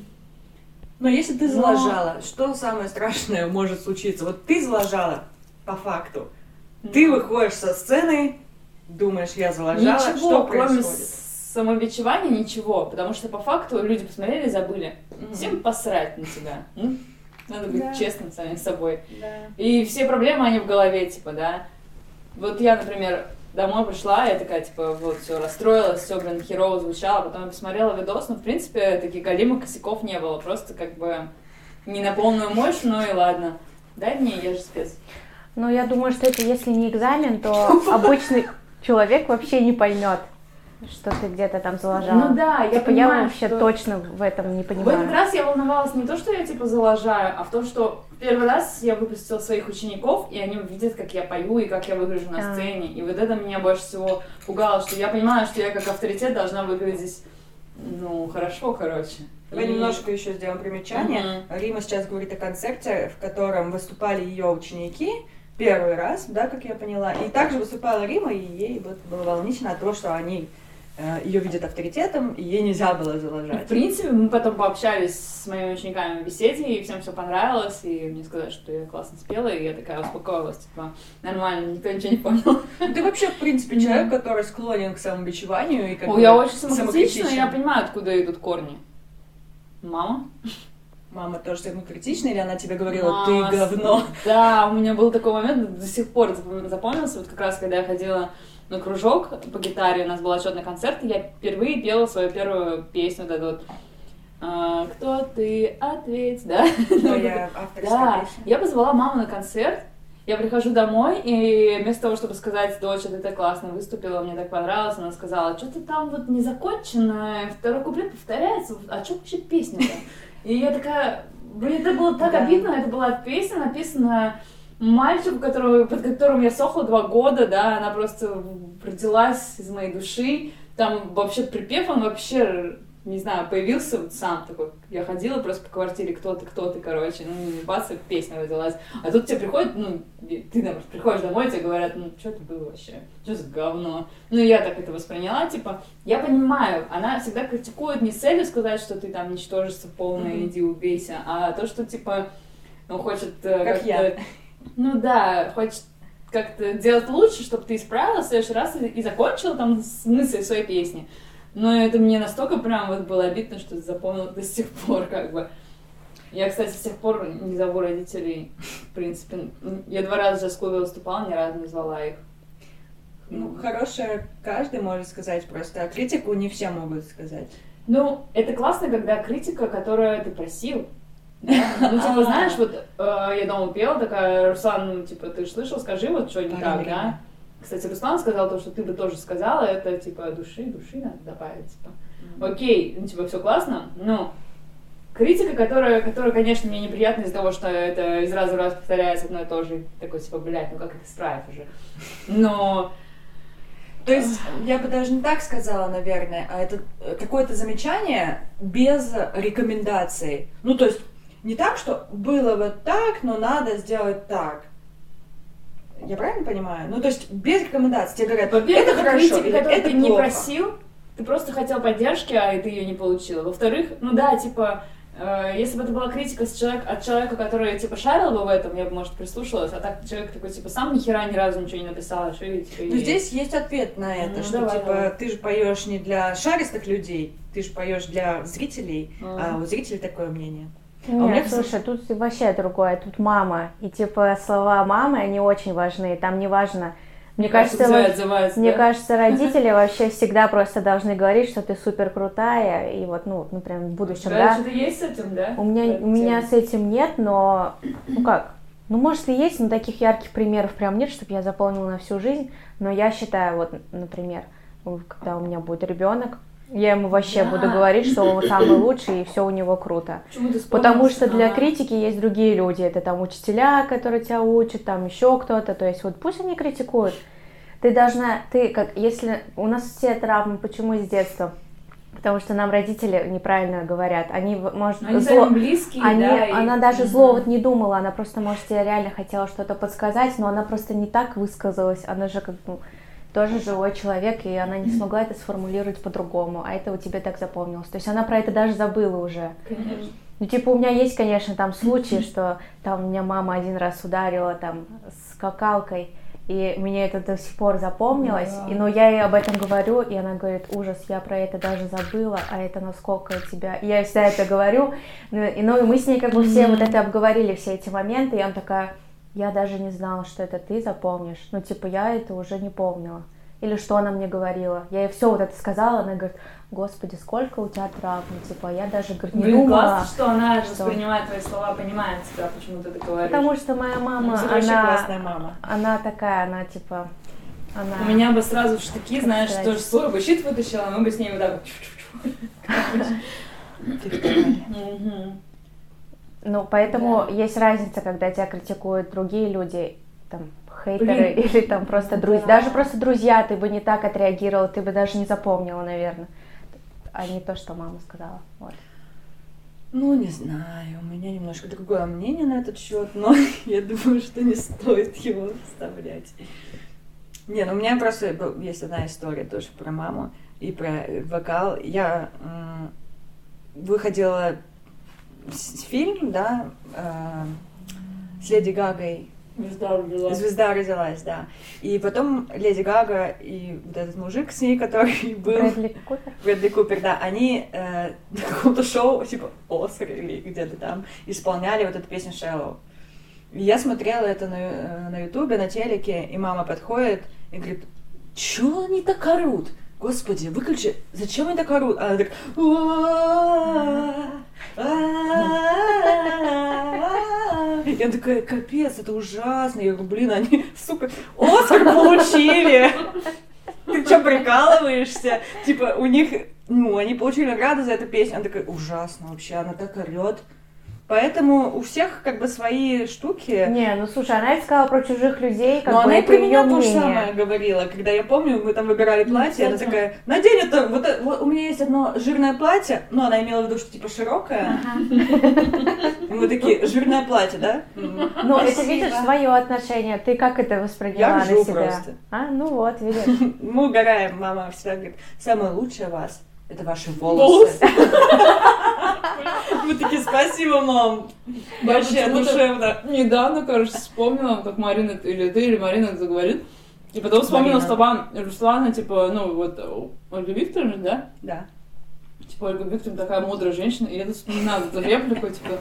Но если ты залажала, что самое страшное может случиться? Вот ты залажала по факту. Ты выходишь со сцены, думаешь, я залажала, ничего, что кроме происходит? самобичевания, ничего. Потому что по факту люди посмотрели и забыли. Всем посрать на тебя. Надо быть честным с самим собой. Да. И все проблемы, они в голове, типа, да. Вот я, например, домой пришла, я такая, типа, вот, все расстроилась, все, херово звучало, потом я посмотрела видос, но, в принципе, таких голимых косяков не было, просто, как бы, не на полную мощь, ну и ладно. Дай мне, я же спец. Ну, я думаю, что это, если не экзамен, то обычный человек вообще не поймет, что ты где-то там залажала. Ну да, я понимаю, понимаю, я вообще что... точно в этом не В понимаю. этот раз я волновалась не то, что я, типа, залажаю, а в том, что первый раз я выпустила своих учеников, и они видят, как я пою и как я выгляжу на сцене. И вот это меня больше всего пугало, что я понимаю, что я как авторитет должна выглядеть, хорошо, короче. Давай немножко еще сделаем примечание. Рима сейчас говорит о концерте, в котором выступали ее ученики первый раз, да, как я поняла. И также выступала Рима, и ей вот было волнительно от того, что они ее видят авторитетом, и ей нельзя было залажать. В принципе, мы потом пообщались с моими учениками в беседе, и всем все понравилось, и мне сказали, что я классно спела, и я такая успокоилась, типа, нормально, никто ничего не понял. Ты вообще, в принципе, человек, который склонен к самобичеванию и как я очень самокритична, я понимаю, откуда идут корни. Мама? Мама тоже самокритична, или она тебе говорила, ты говно? Да, у меня был такой момент, до сих пор запомнился, вот как раз, когда я ходила на кружок по гитаре, у нас был отчетный концерт, и я впервые пела свою первую песню, вот эту вот «Кто ты? Ответь», да? Твоя авторская Да, песня. я позвала маму на концерт, я прихожу домой, и вместо того, чтобы сказать: «Доча, ты так классно выступила, мне так понравилось», она сказала: «Что-то там вот не закончено, второй куплет повторяется, а что вообще песня-то?» И я такая, блин, это было так обидно, это была песня, написанная мальчику, под которым я сохла 2 года, да, она просто родилась из моей души, там вообще припев, он вообще, не знаю, появился вот сам такой, я ходила просто по квартире, кто ты, короче, бац, и песня родилась, а тут тебе приходит, ты, наверное, приходишь домой, тебе говорят: что это было вообще, что за говно, я так это восприняла, типа, я понимаю, она всегда критикует не с целью сказать, что ты там ничтожество полное, иди убейся, а то, что, типа, хочет Как я. Хочет как-то делать лучше, чтобы ты исправилась в следующий раз и закончила там смысл своей песни. Но это мне настолько прям вот было обидно, что запомнила до сих пор, как бы. Я, кстати, с тех пор не зову родителей, в принципе. Я 2 раза в джаз-клубе выступала, ни разу не звала их. Хорошее каждый может сказать просто, а критику не все могут сказать. Это классно, когда критика, которую ты просил. Знаешь, вот я дома пела, такая: «Руслан, ты же слышал, скажи, вот что не так, да?» Кстати, Руслан сказал то, что ты бы тоже сказала, это, души надо добавить, Окей, все классно, но критика, которая, конечно, мне неприятна из-за того, что это из раза в раз повторяется одно и то же, такой, блядь, как это исправить уже, но... То есть, я бы даже не так сказала, наверное, а это какое-то замечание без рекомендаций. То есть, не так, что было вот так, но надо сделать так. Я правильно понимаю? То есть, без рекомендаций. Тебе говорят: это хорошо, или которую это ты плохо. не просил, ты просто хотел поддержки, а ты ее не получила. Во-вторых, если бы это была критика от человека, который, шарил бы в этом, я бы, может, прислушалась, а так человек такой, сам ни хера ни разу ничего не написал, а что и, здесь есть ответ на это, что, давай. Ты же поешь не для шаристых людей, ты же поешь для зрителей, а у зрителей такое мнение. Нет, слушай, тут вообще другое, тут мама, и слова мамы, они очень важны, там не важно. Мне кажется, родители вообще всегда просто должны говорить, что ты супер крутая, и прям в будущем, да. Что-то есть с этим, да? У меня с этим нет, но, может и есть, но таких ярких примеров прям нет, чтобы я запомнила на всю жизнь, но я считаю, например, когда у меня будет ребенок, я ему вообще буду говорить, что он самый лучший и все у него круто. Потому что для критики есть другие люди. Это там учителя, которые тебя учат, там еще кто-то. То есть пусть они критикуют. Если у нас все травмы, почему из детства? Потому что нам родители неправильно говорят. Они самые близкие, она даже зло не думала, она просто, может, тебе реально хотела что-то подсказать, но она просто не так высказалась. Она же тоже живой человек, и она не смогла это сформулировать по-другому, а это у тебя так запомнилось. То есть она про это даже забыла уже. Конечно. У меня есть, конечно, там случаи, что там меня мама 1 раз ударила там скакалкой, и мне это до сих пор запомнилось, но я ей об этом говорю, и она говорит: ужас, я про это даже забыла, а это насколько тебя... И я всегда это говорю, и мы с ней все это обговорили, все эти моменты, и она такая: я даже не знала, что это ты запомнишь. Я это уже не помнила. Или что она мне говорила. Я ей все это сказала, она говорит: господи, сколько у тебя травм. Я даже, не думала. Классно, что она воспринимает твои слова, понимает тебя, почему ты это говоришь. Потому что моя мама, классная мама. Она такая, она она... У меня бы сразу в штыки, знаешь, тоже свой бы щит вытащила, мы бы с ней вот так поэтому есть разница, когда тебя критикуют другие люди, там, хейтеры, или там просто друзья. Даже просто друзья, ты бы не так отреагировала, ты бы даже не запомнила, наверное. А не то, что мама сказала. Не знаю, у меня немножко другое мнение на этот счет, но я думаю, что не стоит его вставлять. У меня просто есть одна история тоже про маму и про вокал. Я выходила фильм, да, с Леди Гагой. Звезда родилась, да. И потом Леди Гага и вот этот мужик с ней, который был... Брэдли Купер, да. Они на каком-то шоу, Оскар или где-то там, исполняли вот эту песню «Shallow». И я смотрела это на Ютубе, на телеке, и мама подходит и говорит: чё они так орут? Господи, выключи, зачем они так орут? А она так... Я такая, капец, это ужасно. Я говорю, блин, они, сука, Оскар получили. Ты что, прикалываешься? Типа, у них, ну, они получили награду за эту песню. Она такая, ужасно вообще, она так орёт. Поэтому у всех как бы свои штуки. Не, ну слушай, она ведь сказала про чужих людей, как но бы она и это про меня её то же мнение. самое говорила. Когда я помню, мы там выбирали платье, она такая, надень это, вот у меня есть одно жирное платье, ну она имела в виду, что типа широкое. И мы такие, жирное платье, да? Ну, это видишь свое отношение. Ты как это восприняла Я на ржу себя? просто. А, ну вот, видишь. Мы угораем, мама всегда говорит, самое лучшее вас — это ваши волосы. Мы такие, спасибо, мам. Вообще душевно. Недавно, кажется, вспомнила, как Марина, или ты, или Марина это говорит. И потом вспомнила Марина. слова Руслана, типа, ну вот, Ольга Викторовна, да? Да. Типа, Ольга Викторовна такая мудрая женщина, и я тут вспоминаю эту реплику, типа...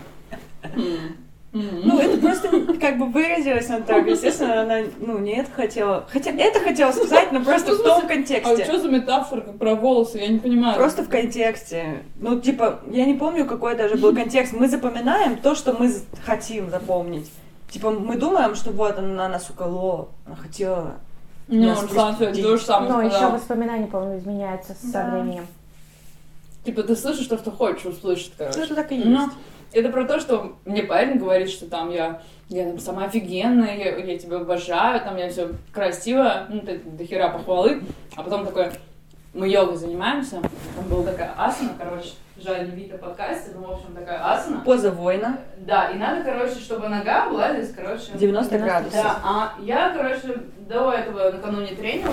Ну, это просто как бы выразилось на так. Естественно, она, ну, не это хотела. Хотя это хотела сказать, но просто в том А контексте. что за метафора как про волосы? Я не понимаю. Просто в контексте. Ну, типа, я не помню, какой даже был контекст. Мы запоминаем то, что мы хотим запомнить. Типа, мы думаем, что вот она нас уколола, она хотела. Ну, нас Руслан сегодня то же самое Но еще сказал. воспоминания, по-моему, изменяются со Да. временем. Типа, ты слышишь то, что хочешь услышать, короче. Ну, это так и есть. Ну, это про то, что мне парень говорит, что там я там самая офигенная, я тебя обожаю, там я все красиво, ну, до хера похвалы. А потом такой, мы йогой занимаемся, там была такая асана, короче, жаль, не видно в подкасте, но, в общем, такая асана. Поза воина. Да, и надо, короче, чтобы нога была здесь, короче... 90 градусов. Да, а я, короче, до этого накануне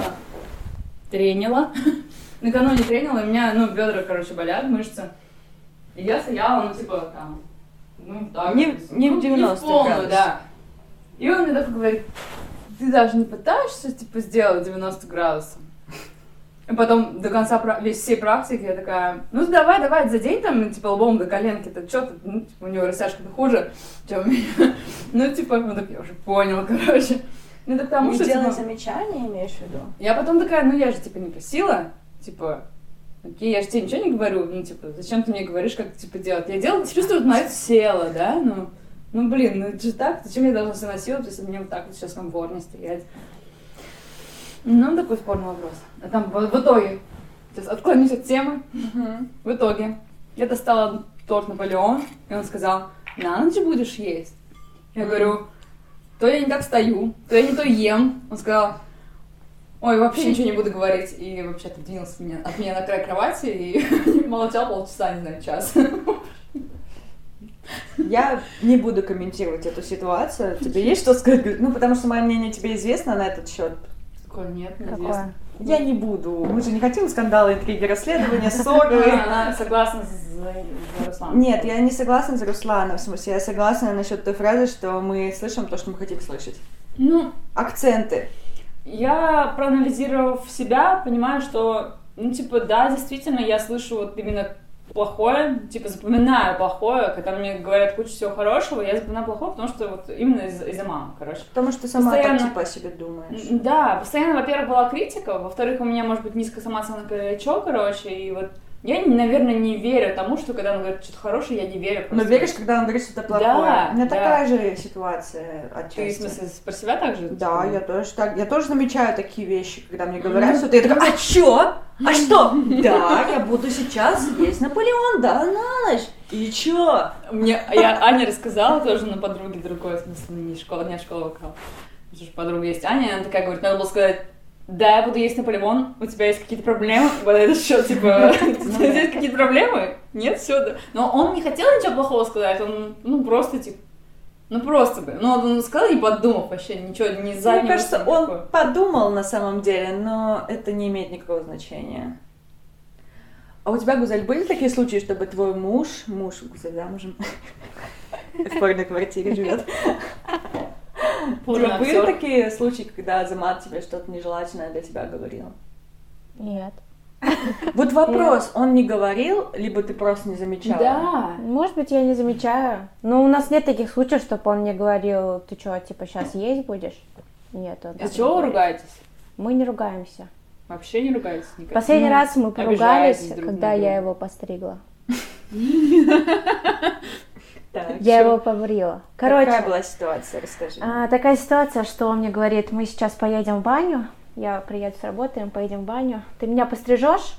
тренила, накануне тренила, и у меня, ну, бедра, короче, болят, мышцы. И я стояла, ну, типа, там, ну, так. Не в 90 в полную, градусов. да. И он мне такой говорит, ты даже не пытаешься, типа, сделать 90 градусов? И потом до конца всей практики я такая, ну, давай, задень там, типа, лбом до коленки-то, что ты, ну, типа, у него растяжка-то хуже, чем у меня. Ну, типа, он так, я уже понял, короче. Ну, это потому что, делать типа, замечания, имеешь в виду? я потом такая, ну, я же, типа, не просила, типа, окей, я же тебе ничего не говорю, ну, типа, зачем ты мне говоришь, как, типа, делать? Я делала, чувствую, вот мое тело, да, ну, блин, ну, это же так, зачем я должна себя насиловать, если мне вот так вот сейчас комфортнее стоять? Ну, такой спорный вопрос. А там, в итоге, сейчас отклонюсь от темы, в итоге, я достала торт Наполеон, и он сказал, на ночь будешь есть? Я говорю, то я не так стою, то я не то ем. Он сказал, ой, вообще ничего не буду говорить. И вообще отодвинулся от меня на край кровати и молчал полчаса, не знаю, час. Я не буду комментировать эту ситуацию. Тебе есть что сказать? Ну, потому что мое мнение тебе известно на этот счет. Такое нет, Какое? неизвестно. Я не буду. Мы же не хотим скандалы, интриги, расследования, ссоры. Она согласна за Русланом. Нет, я не согласна с Русланом. В смысле, я согласна насчет той фразы, что мы слышим то, что мы хотим слышать. Ну, Акценты. Я, проанализировав себя, понимаю, что, ну, типа, да, действительно, я слышу вот именно плохое, типа, запоминаю плохое, когда мне говорят кучу всего хорошего, я запоминаю плохое, потому что вот именно из-за мамы, короче. Потому что сама так Постоянно. типа о себе думаешь. Да, постоянно, во-первых, была критика, во-вторых, у меня, может быть, низкая самооценка или чё, короче, и вот я, наверное, не верю тому, что когда он говорит что-то хорошее, я не верю. Но просто. веришь, когда он говорит что-то плохое. Да, У меня да. такая же ситуация Ты, в отчасти. смысле, про себя так же? Да, типа? я тоже так. Я тоже замечаю такие вещи, когда мне говорят что-то, я такая, а чё? А что? Да, я буду сейчас есть Наполеон, да, на ночь. И чё? Я Аня рассказала тоже на подруге другой, в смысле, не школа, не школа вокала. Потому что подруга есть Аня, она такая говорит, надо было сказать, да, я буду есть Наполеон, у тебя есть какие-то проблемы? Вот это что, типа, у тебя есть какие-то проблемы? Нет, все, да. Но он не хотел ничего плохого сказать, он, ну, просто, типа, ну, просто бы. Ну, он сказал, не подумав вообще, ничего, не заднего. Мне кажется, он подумал на самом деле, но это не имеет никакого значения. А у тебя, Гузель, были такие случаи, чтобы твой муж Гузель замужем, в порной квартире живет? Были такие случаи, когда Азамат тебе что-то нежелательное для тебя говорил? Нет. Вот вопрос, он не говорил, либо ты просто не замечала? Да. Может быть, я не замечаю. Но у нас нет таких случаев, чтобы он мне говорил, ты что, типа, сейчас есть будешь? Нет, он так Из не чего вы говорит. ругаетесь? Мы не ругаемся. Вообще не ругались никак? Последний раз мы поругались, обижаетесь друг когда на друга. я его постригла. Так, Я чё? его побрила. Короче, Какая была ситуация, расскажи. такая ситуация, что он мне говорит, мы сейчас поедем в баню. Я приеду с работы, мы поедем в баню. Ты меня пострижешь?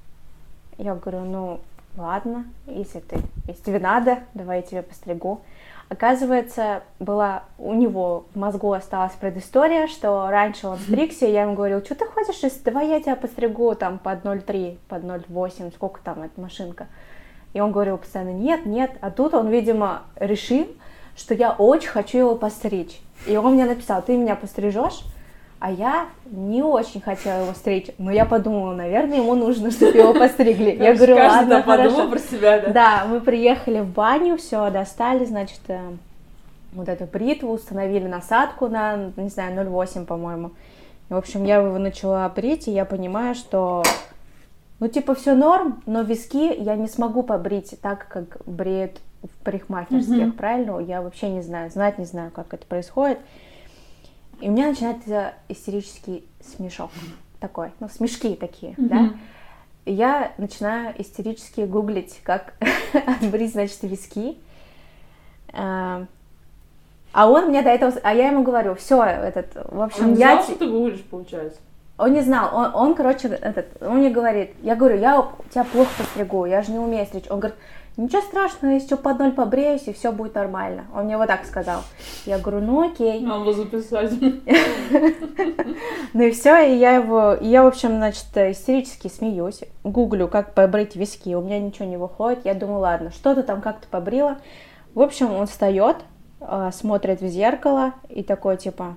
Я говорю, ну ладно, если тебе надо, давай я тебя постригу. Оказывается, у него в мозгу осталась предыстория, что раньше он стригся, и я ему говорила, что ты хочешь, давай я тебя постригу там под 0,3, под 0,8, сколько там эта машинка. И он говорил постоянно, нет, а тут он, видимо, решил, что я очень хочу его постричь. И он мне написал, ты меня пострижешь? А я не очень хотела его стричь, но я подумала, наверное, ему нужно, чтобы его постригли. Я говорю, ладно, хорошо. Про себя, да? Да, мы приехали в баню, все, достали, значит, вот эту бритву, установили насадку на, не знаю, 0,8, по-моему. И, в общем, я его начала брить, и я понимаю, что, ну, типа, все норм, но виски я не смогу побрить так, как бреют в парикмахерских, правильно? Я вообще не знаю, не знаю, как это происходит. И у меня начинается истерический смешок такой, ну, смешки такие, да. И я начинаю истерически гуглить, как отбрить, значит, виски. А он мне до этого... А я ему говорю, все, в общем, Он не знал, что ты гуглишь, получается? Он не знал, он, короче, он мне говорит, я говорю, я тебя плохо постригу, я же не умею стричь. Он говорит, ничего страшного, я еще под 0 побреюсь, и все будет нормально. Он мне вот так сказал. Я говорю, ну окей. Надо записать. Ну и все, и я, в общем, значит, истерически смеюсь, гуглю, как побрить виски, у меня ничего не выходит. Я думаю, ладно, что-то там как-то побрила. В общем, он встает, смотрит в зеркало и такой, типа,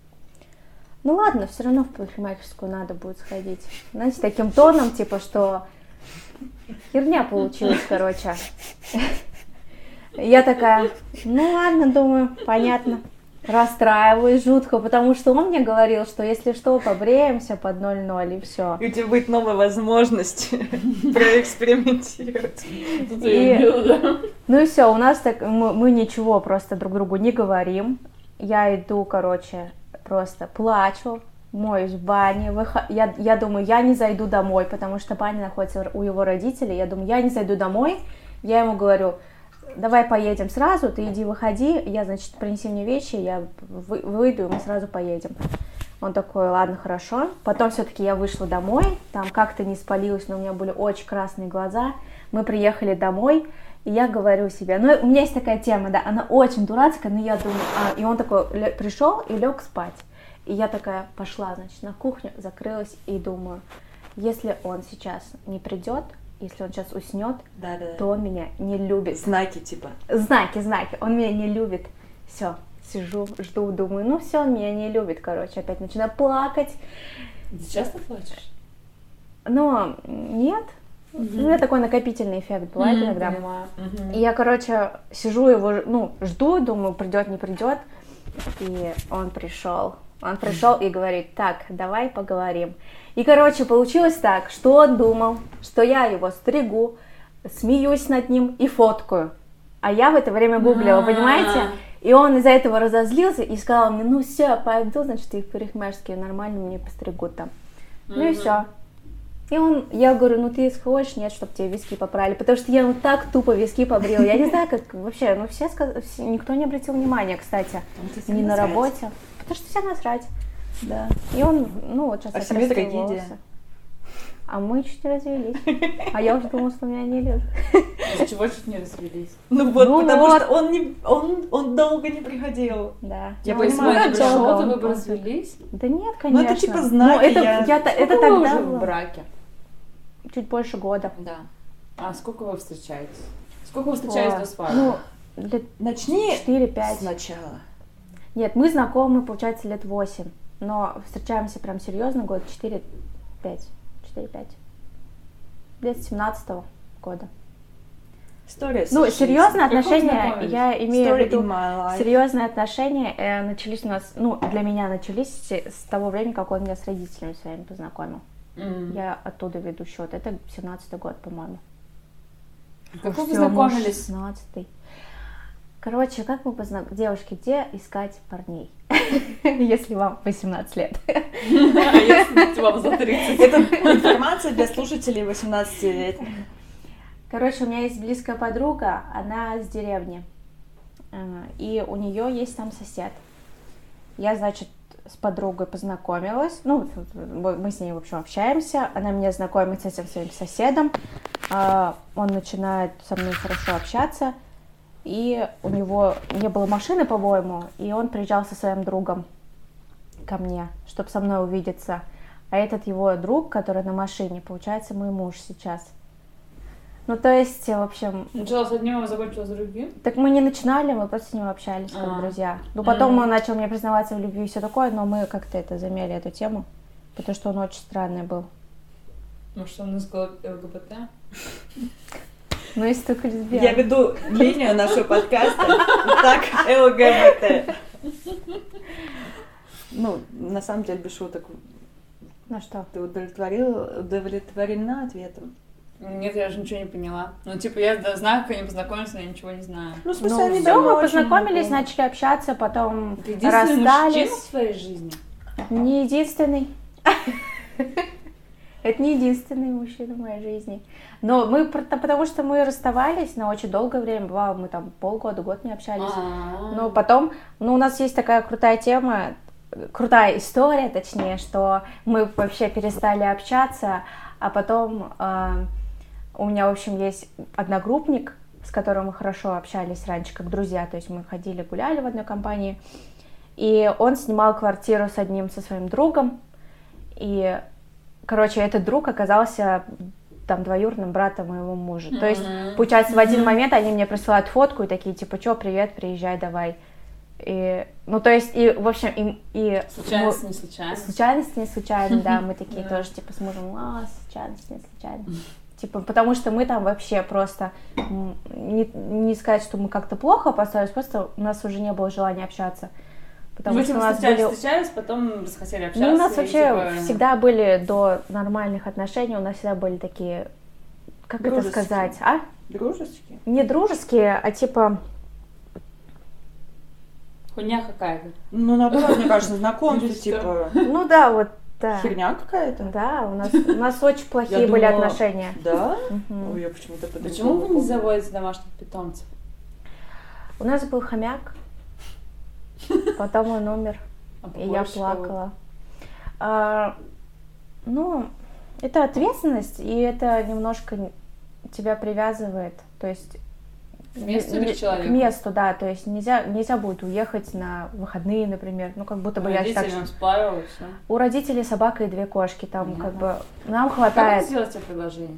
ну ладно, все равно в парикмахерскую надо будет сходить. Знаете, таким тоном, типа, что херня получилась, короче. Я такая, ну ладно, думаю, понятно. Расстраиваюсь жутко, потому что он мне говорил, что если что, побреемся под 0,0 и все. И у тебя будет новая возможность проэкспериментировать. Ну и все, у нас так, мы ничего просто друг другу не говорим. Я иду, короче, просто плачу, моюсь в бане. Я думаю, я не зайду домой, потому что баня находится у его родителей. Я думаю, я не зайду домой. Я ему говорю, давай поедем сразу, ты иди выходи, я, значит, принеси мне вещи, я выйду, и мы сразу поедем. Он такой, ладно, хорошо. Потом все-таки я вышла домой, там как-то не спалилась, но у меня были очень красные глаза. Мы приехали домой, и я говорю себе, ну, у меня есть такая тема, да, она очень дурацкая, но я думаю, и он такой пришел и лег спать. И я такая пошла, значит, на кухню, закрылась и думаю, если он сейчас не придет, если он сейчас уснет, то он меня не любит. Знаки, типа. Знаки, он меня не любит. Все, сижу, жду, думаю, ну все, он меня не любит, короче, опять начинаю плакать. Ты часто плачешь? Но нет. У меня такой накопительный эффект бывает иногда. Понимаю. И я, короче, сижу его, жду, думаю, придет, не придет. И он пришел. Он пришел и говорит, так, давай поговорим. И, короче, получилось так, что он думал, что я его стригу, смеюсь над ним и фоткаю. А я в это время гуглила, понимаете? И он из-за этого разозлился и сказал мне, ну все, пойду, значит, их парикмахерские нормально мне постригут там. Ну и все. И я говорю, ну ты хочешь, нет, чтобы тебе виски поправили, потому что я вот так тупо виски побрила. Я не знаю, как вообще, ну никто не обратил внимания, кстати, ни на работе. Потому что все насрать. Да. И он, ну вот сейчас семья трагедия. А мы чуть не развелись. А я уже думала, что меня не любят. Из чего чуть не развелись? Ну вот, потому что он долго не приходил. Да. Я понимаю, долго что вы он- бы развелись? Да нет, конечно. Ну это типа знаки. Это Сколько вы тогда уже было в браке? чуть больше года. Да. А сколько вы встречаетесь? Сколько вы встречаетесь до свадьбы? Ну, лет Начни 4-5. сначала. Нет, мы знакомы, получается, лет 8. Но встречаемся прям серьезно год 4-5. 4-5. Лет 17-го года. История. Ну, серьезные Как вы отношения, познакомились? я имею в Story виду, in my life. серьезные отношения начались у нас, ну, для меня начались с того времени, как он меня с родителями своими познакомил. Я оттуда веду счет. Это 17-й год, по-моему. Как вы Всё, может, познакомились? 16-й. Короче, как мы девушки, где искать парней, если вам 18 лет? А если вам за 30? Это информация для слушателей 18 лет. Короче, у меня есть близкая подруга, она с деревни, и у нее есть там сосед. Я, значит, с подругой познакомилась, ну, мы с ней, в общем, общаемся, она меня знакомит с этим своим соседом, он начинает со мной хорошо общаться, и у него не было машины, по-моему, и он приезжал со своим другом ко мне, чтобы со мной увидеться, а этот его друг, который на машине, получается, мой муж сейчас. Ну, то есть, в общем... Начала с одним, а закончила с другим? Так мы не начинали, мы просто с ним общались, как друзья. Ну, потом он начал мне признаваться в любви и все такое, но мы как-то это замяли, эту тему, потому что он очень странный был. Может, он искал ЛГБТ? Ну, если только лесбиян. Я веду линию нашего подкаста. Так, ЛГБТ. Ну, на самом деле, без шуток. Ну что? Ты удовлетворена ответом? Нет, я же ничего не поняла. Ну, типа, я знаю, как они познакомились, но я ничего не знаю. Ну, в смысле, Ну, они все, давно мы очень познакомились, знакомы. начали общаться, потом Ты единственный мужчина расстались. в своей жизни? Не единственный. Это не единственный мужчина в моей жизни. Но мы, потому что мы расставались на очень долгое время, бывало, мы там полгода, год не общались. Но потом, ну, у нас есть такая крутая тема, крутая история, точнее, что мы вообще перестали общаться, а потом у меня, в общем, есть одногруппник, с которым мы хорошо общались раньше, как друзья, то есть мы ходили, гуляли в одной компании, и он снимал квартиру со своим другом, и, короче, этот друг оказался там двоюродным братом моего мужа. То есть, получается, в один момент они мне присылают фотку и такие, типа, чё, привет, приезжай, давай. И, ну, то есть, и, в общем, и Случайность, не случайность. Случайность, не случайно, да, мы такие тоже, типа, с мужем, случайность, не случайно. Типа, потому что мы там вообще просто, не сказать, что мы как-то плохо постарались, просто у нас уже не было желания общаться. Потому Вы что у типа нас сначала были... встречались, потом захотели общаться. Ну, у нас и, вообще типа... всегда были до нормальных отношений, у нас всегда были такие, как это Дружеские. сказать, а? Дружеские? Не дружеские, а типа... Хуйня какая-то. Ну, наоборот, мне кажется, знакомство, Или что? типа, Ну да, вот, да. херня какая-то. Да, у нас очень плохие Я были думала- отношения. Да? Мгм. Ой, я почему-то по-другому Почему вы не помню. заводите домашних питомцев? У нас был хомяк, потом он умер, А и я побольше кого? плакала. Ну, это ответственность, и это немножко тебя привязывает, то есть... К месту или к человеку? К месту, да, то есть нельзя будет уехать на выходные, например, ну, как будто бы я так... Родители нам сплавила, все. У родителей собака и 2 кошки, там, Понятно. как бы, нам Как хватает. вы сделаете предложение?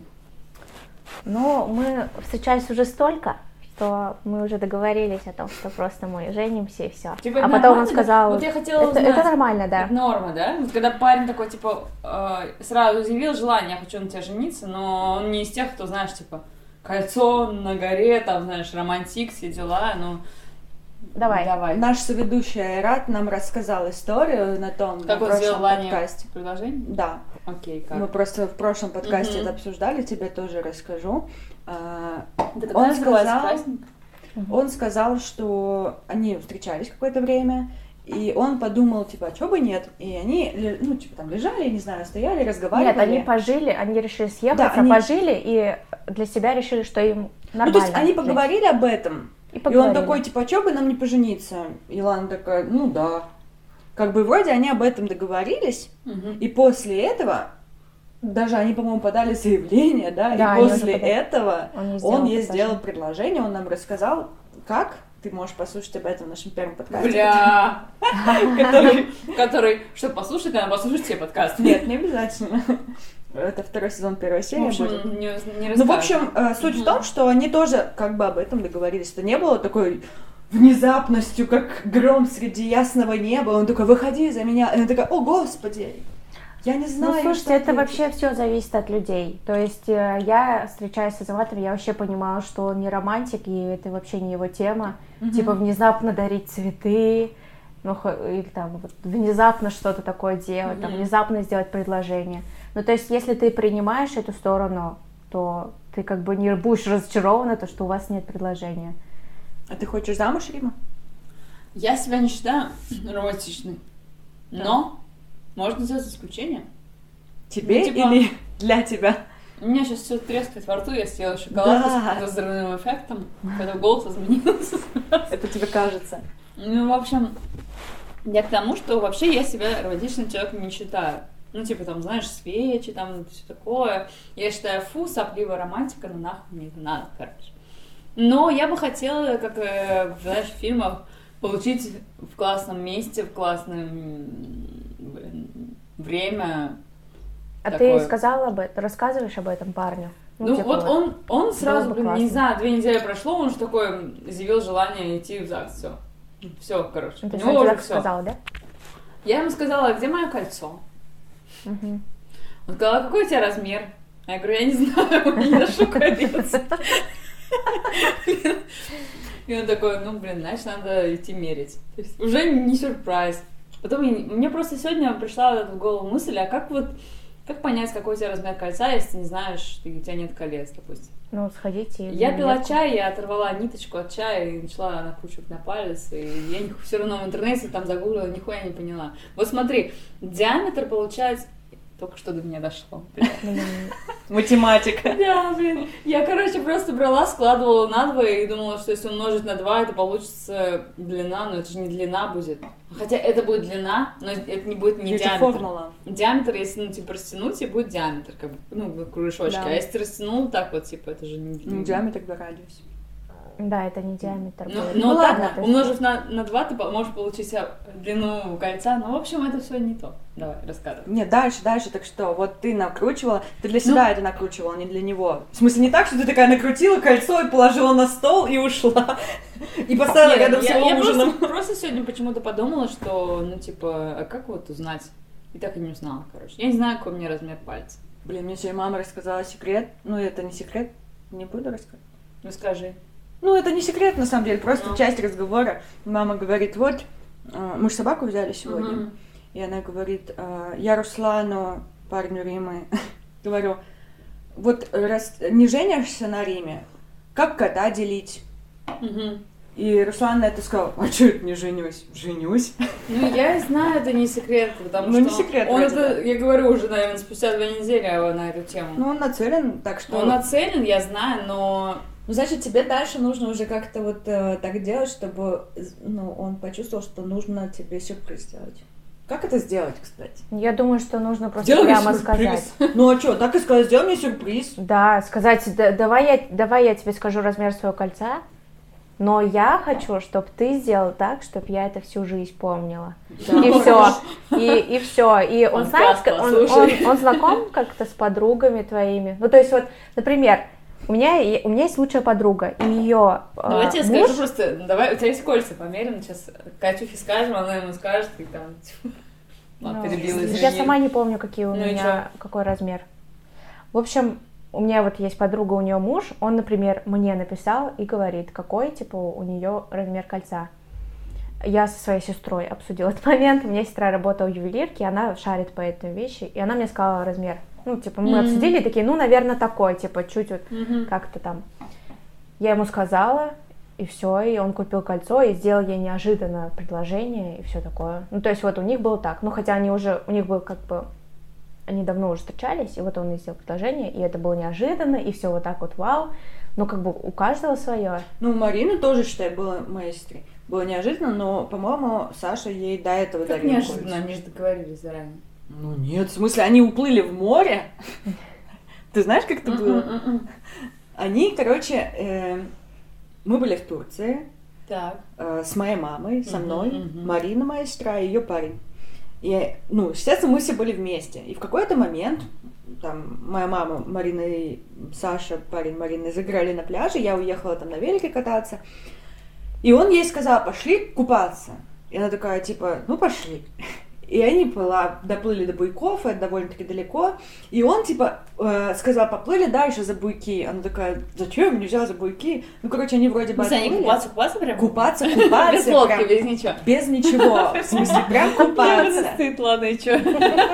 Ну, мы встречались уже столько, что мы уже договорились о том, что просто мы женимся и все. Типа, А это потом он нормально? сказал, Вот я хотела это узнать. нормально, да. Это норма, да? Вот когда парень такой, типа, сразу заявил желание, я хочу на тебя жениться, но он не из тех, кто, знаешь, типа, кольцо на горе, там, знаешь, романтик, все дела, ну... Давай. Наш соведущий Айрат нам рассказал историю на том Как на он сделал прошлом желание подкасте. предложение? Да. Окей, как? Мы просто в прошлом подкасте Мгм. это обсуждали, тебе тоже расскажу. Это он когда открывается сказал- праздник? Он сказал, что они встречались какое-то время, и он подумал, типа, а чё бы нет? И они, ну, типа, там лежали, не знаю, стояли, разговаривали. Нет, они пожили, они решили съехаться, Да, они- пожили и для себя решили, что им Ну, нормально. то есть они жить. поговорили об этом, И и поговорили. он такой, типа, а чё бы нам не пожениться? И Лана такая, ну да. Как бы вроде они об этом договорились, Мгм. и после этого, даже они, по-моему, подали заявление, да, Да, и они уже после подали. этого Он ей он сделал ей предложение. сделал предложение, он нам рассказал, как. Ты можешь послушать об этом в нашем первом подкасте. Бля, который, чтобы послушать, надо послушать все подкасты. Нет, не обязательно. Это второй сезон, первая В серия общем, будет. не Ну, в общем, суть в том, что они тоже как бы об этом договорились. Это не было такой внезапностью, как гром среди ясного неба. Он такой, выходи за меня. И она такая, о, господи, я не знаю. Ну, слушайте, что это ответить». вообще все зависит от людей. То есть я, встречаясь с Азаматом, я вообще понимала, что он не романтик, и это вообще не его тема. Типа внезапно дарить цветы, ну, или там вот, внезапно что-то такое делать, там, внезапно сделать предложение. Ну, то есть, если ты принимаешь эту сторону, то ты как бы не будешь разочарована, то, что у вас нет предложения. А ты хочешь замуж, Рима? Я себя не считаю романтичной. Но можно сделать исключение. Тебе Ну, типа- или для тебя? У меня сейчас все трескает во рту, я съела шоколадку Да. с каким-то взрывным эффектом, когда голос изменился. Это тебе кажется. Ну, в общем, я к тому, что вообще я себя романтичным человеком не считаю. Ну, типа, там, знаешь, свечи, там, все такое. Я считаю, сопливая романтика, ну, нахуй мне это надо, короче. Но я бы хотела, как, знаешь, в фильмах, получить в классном месте, в классном время. А такое. ты сказала об этом, рассказываешь об этом парню? Ну, типа вот он сразу, бы блин, не классно. знаю, 2 недели прошло, он же такой изъявил желание идти в ЗАГС, все, короче. Ну, У то есть него он уже так все. сказала, да? Я ему сказала, где мое кольцо? Мгм. Он сказал, а какой у тебя размер? Я говорю, я не знаю, не ношу колец. И он такой, ну, блин, значит, надо идти мерить. То есть уже не сюрприз. Потом мне просто сегодня пришла в голову мысль, а как понять, какой у тебя размер кольца, если ты не знаешь, у тебя нет колец, допустим. Ну, сходите. Я в пила метку. чай, я оторвала ниточку от чая и начала накручивать на палец, и я все равно в интернете там загуглила, нихуя не поняла. Вот смотри, диаметр получается... Только что до меня дошло. Математика. Да, блин. Я, короче, просто брала, складывала надвое и думала, что если умножить на 2, это получится длина, но это же не длина будет. Хотя это будет длина, но это не будет не Это диаметр. формула. Диаметр, если, ну, типа, растянуть, и будет диаметр, как бы, ну, кружочки. Да. А если ты растянул так вот, типа, это же не... Ну, диаметр да радиус. Да, это не диаметр. Ну, будет. ну, ладно, так, то есть- умножив на 2, ты можешь получить длину кольца. Ну, в общем, это все не то. Давай, рассказывай. Нет, дальше, так что, вот ты накручивала, ты для себя это накручивала, не для него. В смысле, не так, что ты такая накрутила кольцо и положила на стол и ушла. И поставила Нет, рядом с я его ужином. просто сегодня почему-то подумала, что, ну, типа, а как вот узнать? И так и не узнала, короче. Я не знаю, какой у меня размер пальца. Блин, мне сегодня мама рассказала секрет. Ну, это не секрет, не буду рассказывать. Ну, скажи. Ну, это не секрет, на самом деле, просто Ну. часть разговора. Мама говорит, вот, мы же собаку взяли сегодня. Мгм. И она говорит, я Руслану, парню Римы, говорю, вот раз не женишься на Риме, как кота делить? Мгм. И Руслан на это сказал, а что это не женюсь? Женюсь. Ну, я знаю, это не секрет, потому Ну, что... не секрет, Он вроде это, я говорю уже, наверное, спустя 2 недели на эту тему. Ну, он нацелен, так что... Он нацелен, я знаю, но... Ну, значит, тебе дальше нужно уже как-то вот так делать, чтобы, ну, он почувствовал, что нужно тебе сюрприз сделать. Как это сделать, кстати? Я думаю, что нужно просто Сделай прямо сюрприз. сказать. Ну, а что, так и сказать, сделай мне сюрприз. Да, сказать, давай я тебе скажу размер своего кольца, но я хочу, чтобы ты сделал так, чтобы я это всю жизнь помнила. И все. И все. И он знает, Подкаст послушай. он знаком как-то с подругами твоими. Ну, то есть, вот, например, у меня есть лучшая подруга, и ее Давай я тебе муж... скажу просто, давай, у тебя есть кольца, померим, сейчас Катюхе скажем, она ему скажет, и там, ладно, Ну, перебила, я извини. сама не помню, какие у Ну и меня, какой размер. В общем, у меня вот есть подруга, у нее муж, он, например, мне написал и говорит, какой, типа, у нее размер кольца. Я со своей сестрой обсудила этот момент, у меня сестра работала в ювелирке, она шарит по этой вещи, и она мне сказала размер. Ну, типа, мы обсудили, такие, ну, наверное, такой, типа, чуть вот Мгм. как-то там. Я ему сказала, и все, и он купил кольцо, и сделал ей неожиданно предложение, и все такое. Ну, то есть вот у них было так, ну, хотя у них был как бы, они давно уже встречались, и вот он ей сделал предложение, и это было неожиданно, и все вот так вот вау, ну, как бы у каждого свое. Ну, у Марины тоже, считай, было моей сестре. Было неожиданно, но, по-моему, Саша ей до этого Как дарил неожиданно, кольца. они же договорились заранее. Ну нет, в смысле, они уплыли в море. Ты знаешь, как это было? М-м-м. Они, короче, мы были в Турции Так. с моей мамой, со Мгм, мной, мгм. Марина, моя сестра, и ее парень. И, ну, естественно, мы все были вместе. И в какой-то момент, там, моя мама, Марина и Саша, парень Марины, загорали на пляже, я уехала там на велике кататься. И он ей сказал, пошли купаться. И она такая, типа, ну, пошли. И они доплыли до буйков, это довольно-таки далеко. И он, типа, сказал, поплыли дальше за буйки. Она такая, зачем, нельзя за буйки? Ну, короче, они вроде бы Ну, они отплыли. купаться прям? Купаться, Без лодки, прям без ничего. без ничего. В смысле, прям купаться. Стыд, ладно, и чё?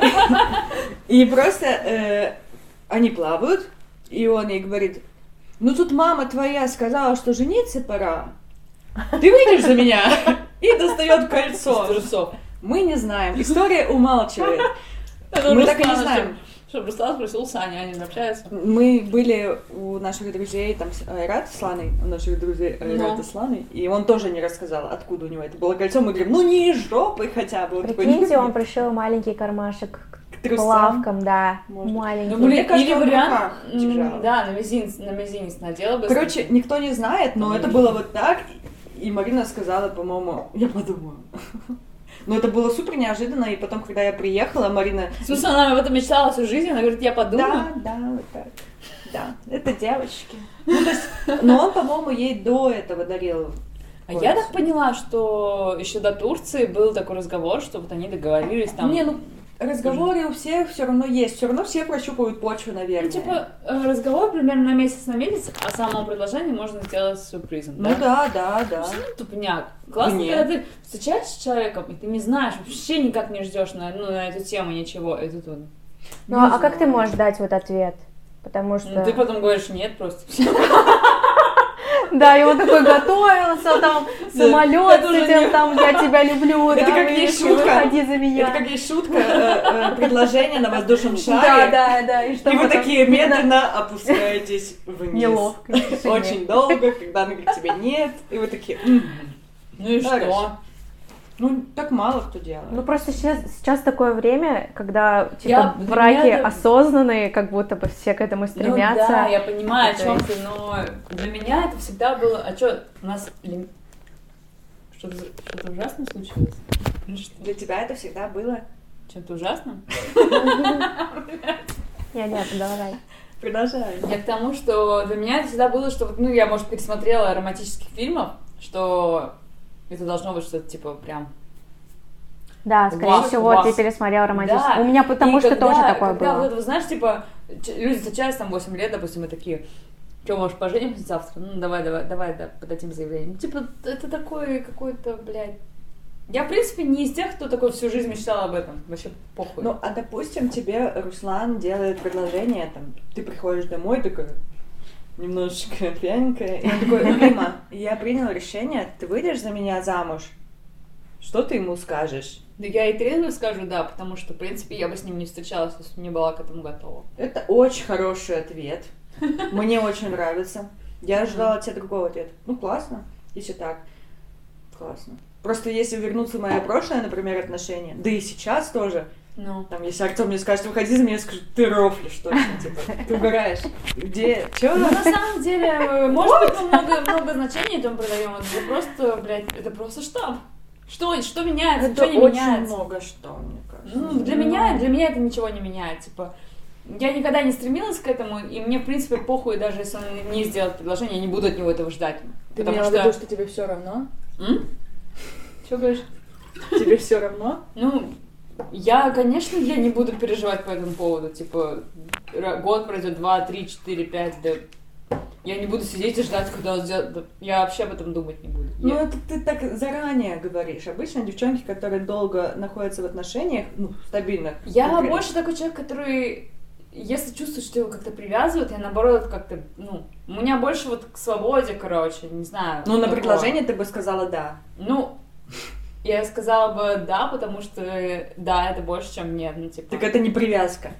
И просто они плавают, и он ей говорит, ну тут мама твоя сказала, что жениться пора. Ты выйдешь за меня? И достает кольцо. Трусов. Мы не знаем. История умалчивает. Мы так и не знаем. Чтобы Руслан спросил Саня, они не общаются. Мы были у наших друзей, там, Айрат с Ланой, у наших друзей Айрата с Ланой, и он тоже не рассказал, откуда у него это было кольцо. Мы говорим, ну не из жопы хотя бы. Прикиньте, он пришил маленький кармашек к трусам. плавкам, да, Может. маленький. Ну, блин, Мне кажется, или он в вариант, руках держал. да, на мизинец надела бы. Короче, никто не знает, но это было вот так, и Марина сказала, по-моему, я подумаю. Но это было супер неожиданно, и потом, когда я приехала, Марина... В смысле, она об этом мечтала всю жизнь, она говорит, я подумаю. Да, вот так. Да, это девочки. Ну, то есть, но он, по-моему, ей до этого дарил. А я так поняла, что еще до Турции был такой разговор, что вот они договорились там... Не, ну, разговоры у всех все равно есть, все равно все прощупывают почву, наверное. Ну, типа, разговор примерно на месяц, а само предложение можно сделать с сюрпризом, Ну да. Ну, тупняк. Классно, Нет. когда ты встречаешься с человеком, и ты не знаешь, вообще никак не ждешь на эту тему ничего, и тут он. Ну, а как ты можешь дать вот ответ? Потому что... Ну, ты потом говоришь, нет, просто все. Да, и он такой готовился, там, самолет с этим, там, я тебя люблю, Это да, как есть Мишка, шутка. выходи за меня. Это как есть шутка, предложение на воздушном шаре. Да, и что И вы потом такие медленно опускаетесь вниз. неловко. в тишине. Очень долго, когда она говорит тебе нет, и вы такие... Ну и Хорошо. что? Ну, так мало кто делает. Ну, просто сейчас такое время, когда, Я- типа, для браки меня это- осознанные, как будто бы все к этому стремятся. Ну да, я понимаю, о То чем ты, но для меня это всегда было... А что, у нас... Что-то ужасное случилось? Или что? Для тебя это всегда было... Чем-то ужасным? Нет, давай. Продолжай. Я к тому, что для меня это всегда было, что, ну, я, может, пересмотрела романтических фильмов, что это должно быть что-то, типа, прям... Да, скорее Вау, всего, вау. ты пересмотрела романтический. Да. У меня потому И что когда- тоже такое когда было. вот, вы знаешь, типа, люди встречаются там 8 лет, допустим, и такие, что, может, поженимся завтра? Ну, давай, да, подадим заявление. Ну, типа, это такое какое-то, блядь... Я, в принципе, не из тех, кто такой всю жизнь мечтал об этом. Вообще похуй. Ну, а допустим, тебе Руслан делает предложение, там, ты приходишь домой, такой, немножечко пьяненькая, и он такой, Рима, я принял решение, ты выйдешь за меня замуж? Что ты ему скажешь? Да я и трезво скажу да, потому что, в принципе, я бы с ним не встречалась, если бы не была к этому готова. Это очень хороший ответ. Мне очень нравится. Я ожидала от тебя другого ответа. Ну, классно, если так. Классно. Просто если вернуться в мое прошлое, например, отношения, да и сейчас тоже, Ну. там, если Артём мне скажет, выходи за меня, я скажу, ты рофлишь точно, типа, ты угораешь. Где? Чё? Ну, на самом деле, может быть, мы много значений этому придаем. Это просто, блядь, это просто штамп. Что меняется, Это что не очень меняется? много что, мне кажется. Ну, для меня это ничего не меняет. Типа, я никогда не стремилась к этому, и мне, в принципе, похуй, даже если он не сделает предложение, я не буду от него этого ждать. Ты Потому имела в виду, что тебе все равно? Что говоришь? Тебе все равно? Ну, конечно, я не буду переживать по этому поводу. Типа, год пройдет, 2, 3, 4, 5, да. Я не буду сидеть и ждать, когда он сделает. Да, я вообще об этом думать не буду. Ну, это ты так заранее говоришь. Обычно девчонки, которые долго находятся в отношениях, ну, стабильных. Я например, больше такой человек, который, если чувствует, что его как-то привязывают, я наоборот как-то, ну, у меня больше вот к свободе, короче, не знаю. Ну, на такого. предложение ты бы сказала «да». Ну, я сказала бы да, потому что да, это больше, чем нет, ну, типа. Так это не привязка.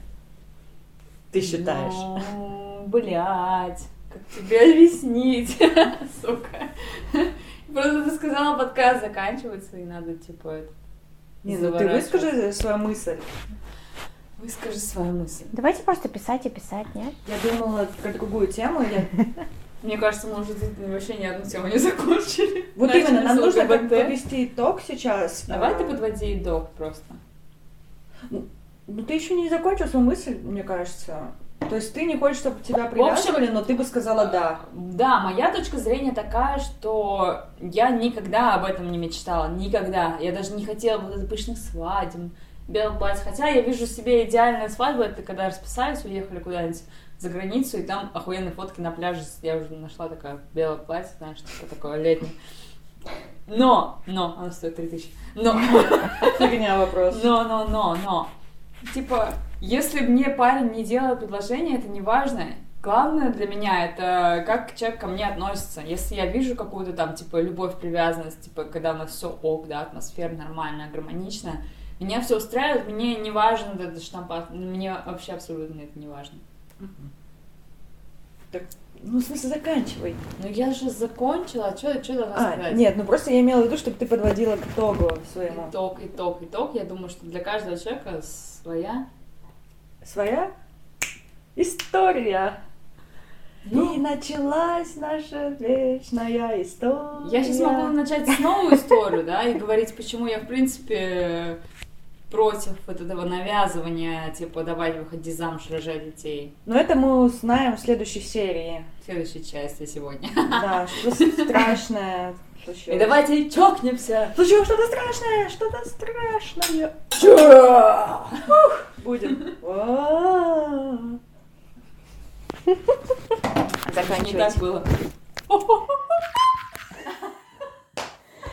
Ты считаешь? Ну, блядь, как тебе объяснить, сука. Просто ты сказала, подкаст заканчивается, и надо, типа, это... Не, ну ты выскажи свою мысль. Выскажи свою мысль. Давайте просто писать и писать, нет? Я думала про другую тему. Мне кажется, мы уже тут вообще ни одну тему не закончили. Вот Начали именно, нам с нужно ЛГБТ. подвести итог сейчас. Давай ты подводи итог просто. Ну ты еще не закончил свою мысль, мне кажется. То есть ты не хочешь, чтобы тебя привязывали, но ты бы сказала «да». Да, моя точка зрения такая, что я никогда об этом не мечтала, никогда. Я даже не хотела вот это пышных свадеб, белых платьев. Хотя я вижу себе идеальная свадьба, это когда расписались, уехали куда-нибудь за границу, и там охуенные фотки на пляже. Я уже нашла такое белое платье, знаешь, типа такое летнее. Но, оно стоит 3000. Но, Фигня вопрос. но. Типа, если мне парень не делает предложение, это не важно. Главное для меня это как человек ко мне относится. Если я вижу какую-то там, типа, любовь, привязанность, типа, когда у нас все ок, да, атмосфера нормальная, гармоничная, меня все устраивает, мне не важно этот штампак, мне вообще абсолютно это не важно. Так, ну, в смысле, заканчивай. Ну я же закончила, а что должна сказать? Нет, ну просто я имела в виду, чтобы ты подводила к итогу своему. Итог. Я думаю, что для каждого человека своя История. Ну. И началась наша вечная история. Я сейчас могу начать новую историю, да, и говорить, почему я, в принципе, против вот этого навязывания, типа, давай выходи замуж, рожай детей. Но это мы узнаем в следующей серии. В следующей части сегодня. Да, что-то страшное случилось. И давайте чокнемся. Случилось что-то страшное. Будет. Не так было.